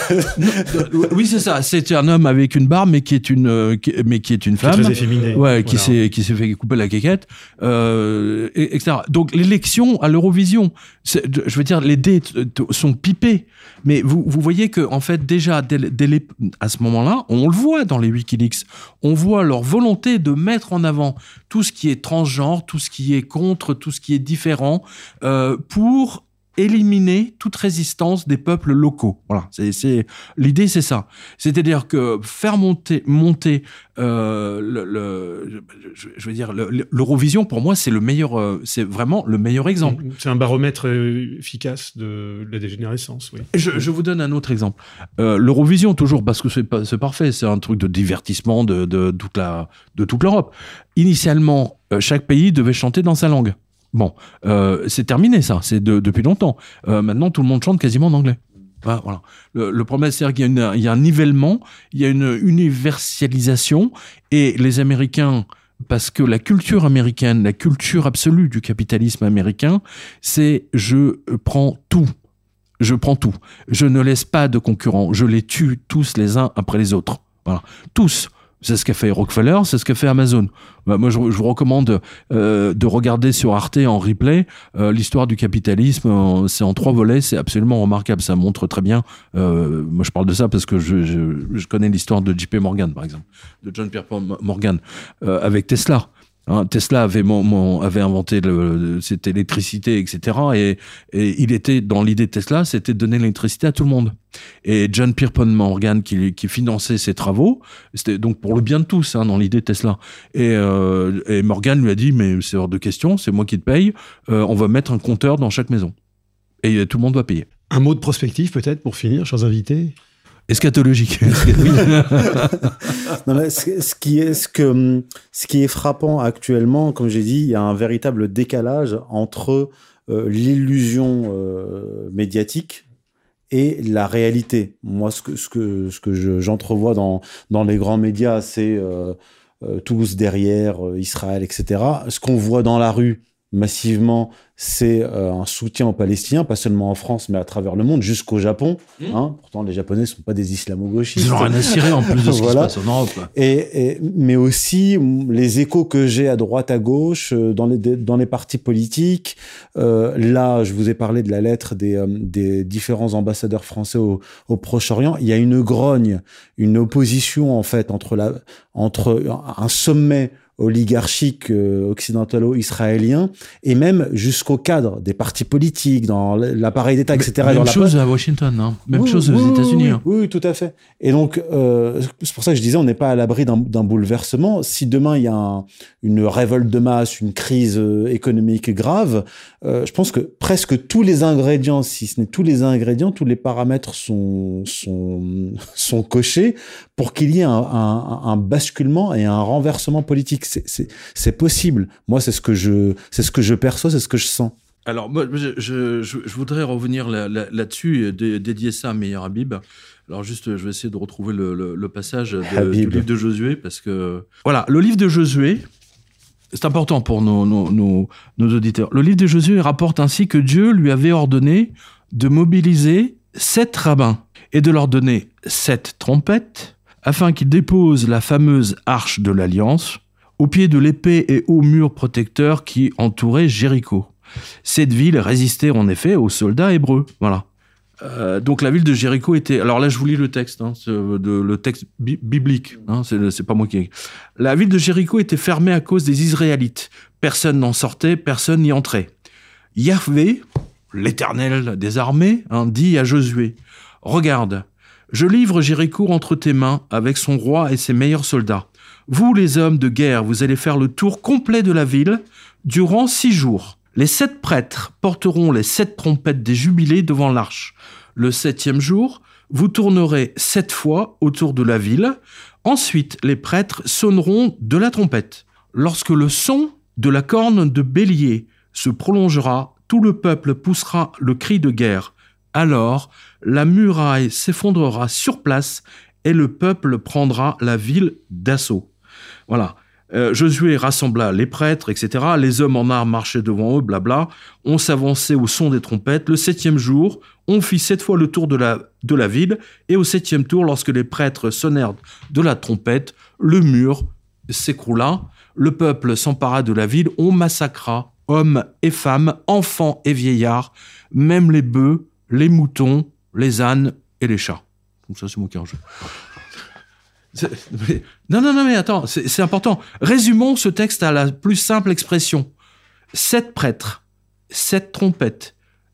Oui, c'est ça. C'est un homme avec une barbe, mais qui est une, euh, qui, mais qui est une femme. Qui est très efféminée. Ouais, qui voilà. s'est, qui s'est fait couper la quéquette, euh, et, etc. Donc, l'élection à l'Eurovision, c'est, je veux dire, les dés sont pipés. Mais vous, vous voyez que, en fait, déjà, dès, dès les, à ce moment-là, on le voit dans les Wikileaks. On voit leur volonté de mettre en avant tout ce qui est transgenre, tout ce qui est contre, tout ce qui est différent, euh, pour éliminer toute résistance des peuples locaux. Voilà, c'est, c'est l'idée, c'est ça. C'est-à-dire que faire monter, monter euh, le, le, je, je veux dire, le, l'Eurovision pour moi, c'est le meilleur, euh, c'est vraiment le meilleur exemple. C'est un baromètre efficace de la dégénérescence. Oui. Je, je vous donne un autre exemple. Euh, L'Eurovision toujours parce que c'est, pas, c'est parfait, c'est un truc de divertissement de, de toute la, de toute l'Europe. Initialement, euh, chaque pays devait chanter dans sa langue. Bon, euh, c'est terminé ça, c'est de, depuis longtemps. Euh, maintenant, tout le monde chante quasiment en anglais. Voilà. voilà. Le, le problème, c'est qu'il y a, une, il y a un nivellement, il y a une universalisation, et les Américains, parce que la culture américaine, la culture absolue du capitalisme américain, c'est je prends tout. Je prends tout. Je ne laisse pas de concurrents. Je les tue tous les uns après les autres. Voilà. Tous. C'est ce qu'a fait Rockefeller, c'est ce qu'a fait Amazon. Bah, moi, je, je vous recommande euh, de regarder sur Arte en replay euh, l'histoire du capitalisme. Euh, c'est en trois volets, c'est absolument remarquable. Ça montre très bien. Euh, moi, je parle de ça parce que je, je, je connais l'histoire de J P Morgan, par exemple, de John Pierpont Morgan, euh, avec Tesla. Hein, Tesla avait, mon, mon, avait inventé le, cette électricité, et cetera. Et, et il était, dans l'idée de Tesla, c'était de donner l'électricité à tout le monde. Et John Pierpont Morgan, qui, qui finançait ses travaux, c'était donc pour le bien de tous, hein, dans l'idée de Tesla. Et, euh, et Morgan lui a dit, mais c'est hors de question, c'est moi qui te paye, euh, on va mettre un compteur dans chaque maison. Et tout le monde va payer. Un mot de prospective, peut-être, pour finir, chers invités ? Eschatologique. Non, mais ce, ce, qui est, ce, que, ce qui est frappant actuellement, comme j'ai dit, il y a un véritable décalage entre euh, l'illusion euh, médiatique et la réalité. Moi, ce que, ce que, ce que je, j'entrevois dans, dans les grands médias, c'est euh, euh, tous derrière euh, Israël, et cetera. Ce qu'on voit dans la rue, massivement, c'est euh, un soutien aux Palestiniens, pas seulement en France, mais à travers le monde, jusqu'au Japon. Mmh. Hein. Pourtant, les Japonais ne sont pas des islamo-gauchistes. Ils ont rien à cirer en plus de ce voilà. qui se passe en Europe. Et, et, mais aussi, les échos que j'ai à droite, à gauche, dans les, dans les partis politiques. Euh, là, je vous ai parlé de la lettre des, euh, des différents ambassadeurs français au, au Proche-Orient. Il y a une grogne, une opposition, en fait, entre, la, entre un sommet oligarchique euh, occidentalo-israélien et même jusqu'au cadre des partis politiques, dans l'appareil d'État, et cetera. Même dans chose la... à Washington, hein. Même oui, chose aux oui, États-Unis. Oui, hein. oui, oui, tout à fait. Et donc, euh, c'est pour ça que je disais, on n'est pas à l'abri d'un, d'un bouleversement. Si demain, il y a un, une révolte de masse, une crise euh, économique grave, euh, je pense que presque tous les ingrédients, si ce n'est tous les ingrédients, tous les paramètres sont, sont, sont cochés pour qu'il y ait un, un, un basculement et un renversement politique. C'est, c'est, c'est possible. Moi, c'est ce que je, c'est ce que je perçois, c'est ce que je sens. Alors, moi, je, je, je, je voudrais revenir là, là, là-dessus et dé, dédier ça à Meir Habib. Alors, juste, je vais essayer de retrouver le, le, le passage de, du livre de Josué, parce que... Voilà, le livre de Josué, c'est important pour nos, nos, nos, nos auditeurs. Le livre de Josué rapporte ainsi que Dieu lui avait ordonné de mobiliser sept rabbins et de leur donner sept trompettes, afin qu'ils déposent la fameuse arche de l'Alliance au pied de l'épais et haut mur protecteur qui entourait Jéricho. Cette ville résistait en effet aux soldats hébreux. Voilà. Euh, donc la ville de Jéricho était... Alors là, je vous lis le texte, hein, de, le texte bi- biblique. Hein, c'est, c'est pas moi qui... La ville de Jéricho était fermée à cause des Israélites. Personne n'en sortait, personne n'y entrait. Yahvé, l'Éternel des armées, hein, dit à Josué, « Regarde, je livre Jéricho entre tes mains avec son roi et ses meilleurs soldats. Vous, les hommes de guerre, vous allez faire le tour complet de la ville durant six jours. Les sept prêtres porteront les sept trompettes des jubilés devant l'arche. Le septième jour, vous tournerez sept fois autour de la ville. Ensuite, les prêtres sonneront de la trompette. Lorsque le son de la corne de bélier se prolongera, tout le peuple poussera le cri de guerre. Alors, la muraille s'effondrera sur place et le peuple prendra la ville d'assaut. » Voilà. Euh, Josué rassembla les prêtres, et cetera. Les hommes en armes marchaient devant eux, blabla. On s'avançait au son des trompettes. Le septième jour, on fit sept fois le tour de la, de la ville. Et au septième tour, lorsque les prêtres sonnèrent de la trompette, le mur s'écroula. Le peuple s'empara de la ville. On massacra hommes et femmes, enfants et vieillards, même les bœufs, les moutons, les ânes et les chats. Donc ça, c'est mon cœur. Non, non, non, mais attends, c'est, c'est important. Résumons ce texte à la plus simple expression. Sept prêtres, sept trompettes,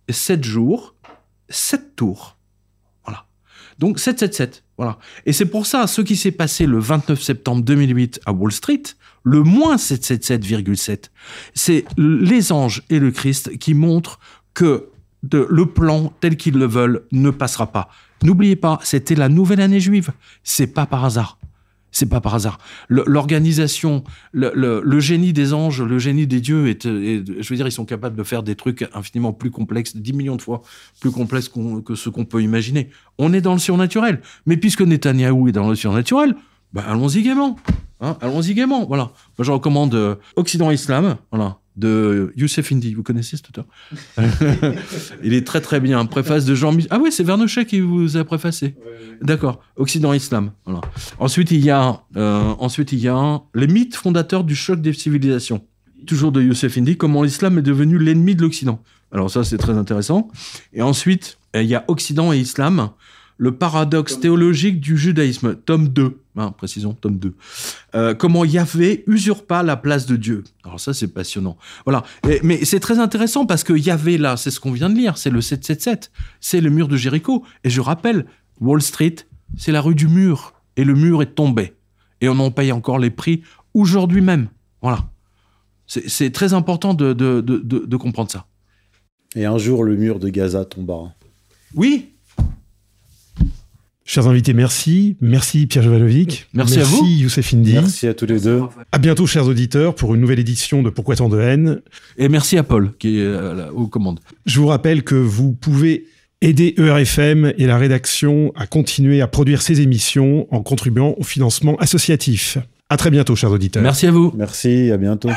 sept jours, sept tours. Voilà. Donc sept sept sept. Voilà. Et c'est pour ça, ce qui s'est passé le vingt-neuf septembre deux mille huit à Wall Street, le moins sept cent soixante-sept virgule sept, c'est les anges et le Christ qui montrent que de, le plan tel qu'ils le veulent ne passera pas. N'oubliez pas, c'était la nouvelle année juive. C'est pas par hasard. C'est pas par hasard. Le, l'organisation, le, le, le génie des anges, le génie des dieux, est, est, je veux dire, ils sont capables de faire des trucs infiniment plus complexes, dix millions de fois plus complexes qu'on, que ce qu'on peut imaginer. On est dans le surnaturel. Mais puisque Netanyahou est dans le surnaturel, bah, allons-y gaiement. Hein, allons-y gaiement. Voilà. Moi, je recommande euh, Occident Islam. Voilà. De Youssef Indy, vous connaissez cet auteur? Il est très très bien. Préface de Jean Michel. Ah oui, c'est Vernochet qui vous a préfacé. Ouais, ouais. D'accord. Occident Islam. Voilà. Ensuite il y a, euh, ensuite il y a les mythes fondateurs du choc des civilisations. Toujours de Youssef Indy. Comment l'islam est devenu l'ennemi de l'Occident. Alors ça c'est très intéressant. Et ensuite il y a Occident et Islam. Le paradoxe théologique du judaïsme, tome deux, hein, précisons, tome deux. Euh, comment Yahvé usurpa la place de Dieu. Alors ça, c'est passionnant. Voilà. Et, mais c'est très intéressant parce que Yahvé, là, c'est ce qu'on vient de lire, c'est le sept cent soixante-sept, c'est le mur de Jéricho. Et je rappelle, Wall Street, c'est la rue du mur. Et le mur est tombé. Et on en paye encore les prix aujourd'hui même. Voilà. C'est, c'est très important de, de, de, de, de comprendre ça. Et un jour, le mur de Gaza tombera. Oui. Chers invités, merci. Merci Pierre Jovanovic. Merci, merci à vous. Merci Youssef Indy. Merci à tous les deux. À bientôt, chers auditeurs, pour une nouvelle édition de Pourquoi tant de haine. Et merci à Paul, qui est euh, aux commandes. Je vous rappelle que vous pouvez aider E R F M et la rédaction à continuer à produire ces émissions en contribuant au financement associatif. À très bientôt, chers auditeurs. Merci à vous. Merci, à bientôt.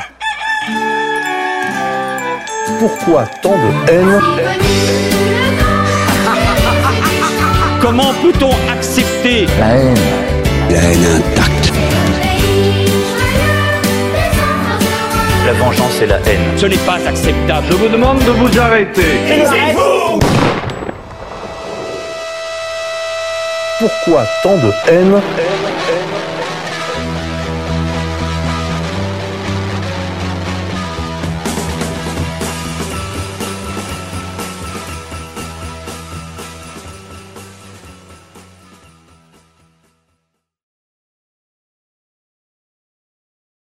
Pourquoi tant de haine ? Comment peut-on accepter La haine. La haine intacte. la vengeance et la haine? Ce n'est pas acceptable. Je vous demande de vous arrêter. Taisez-vous! Pourquoi tant de haine ?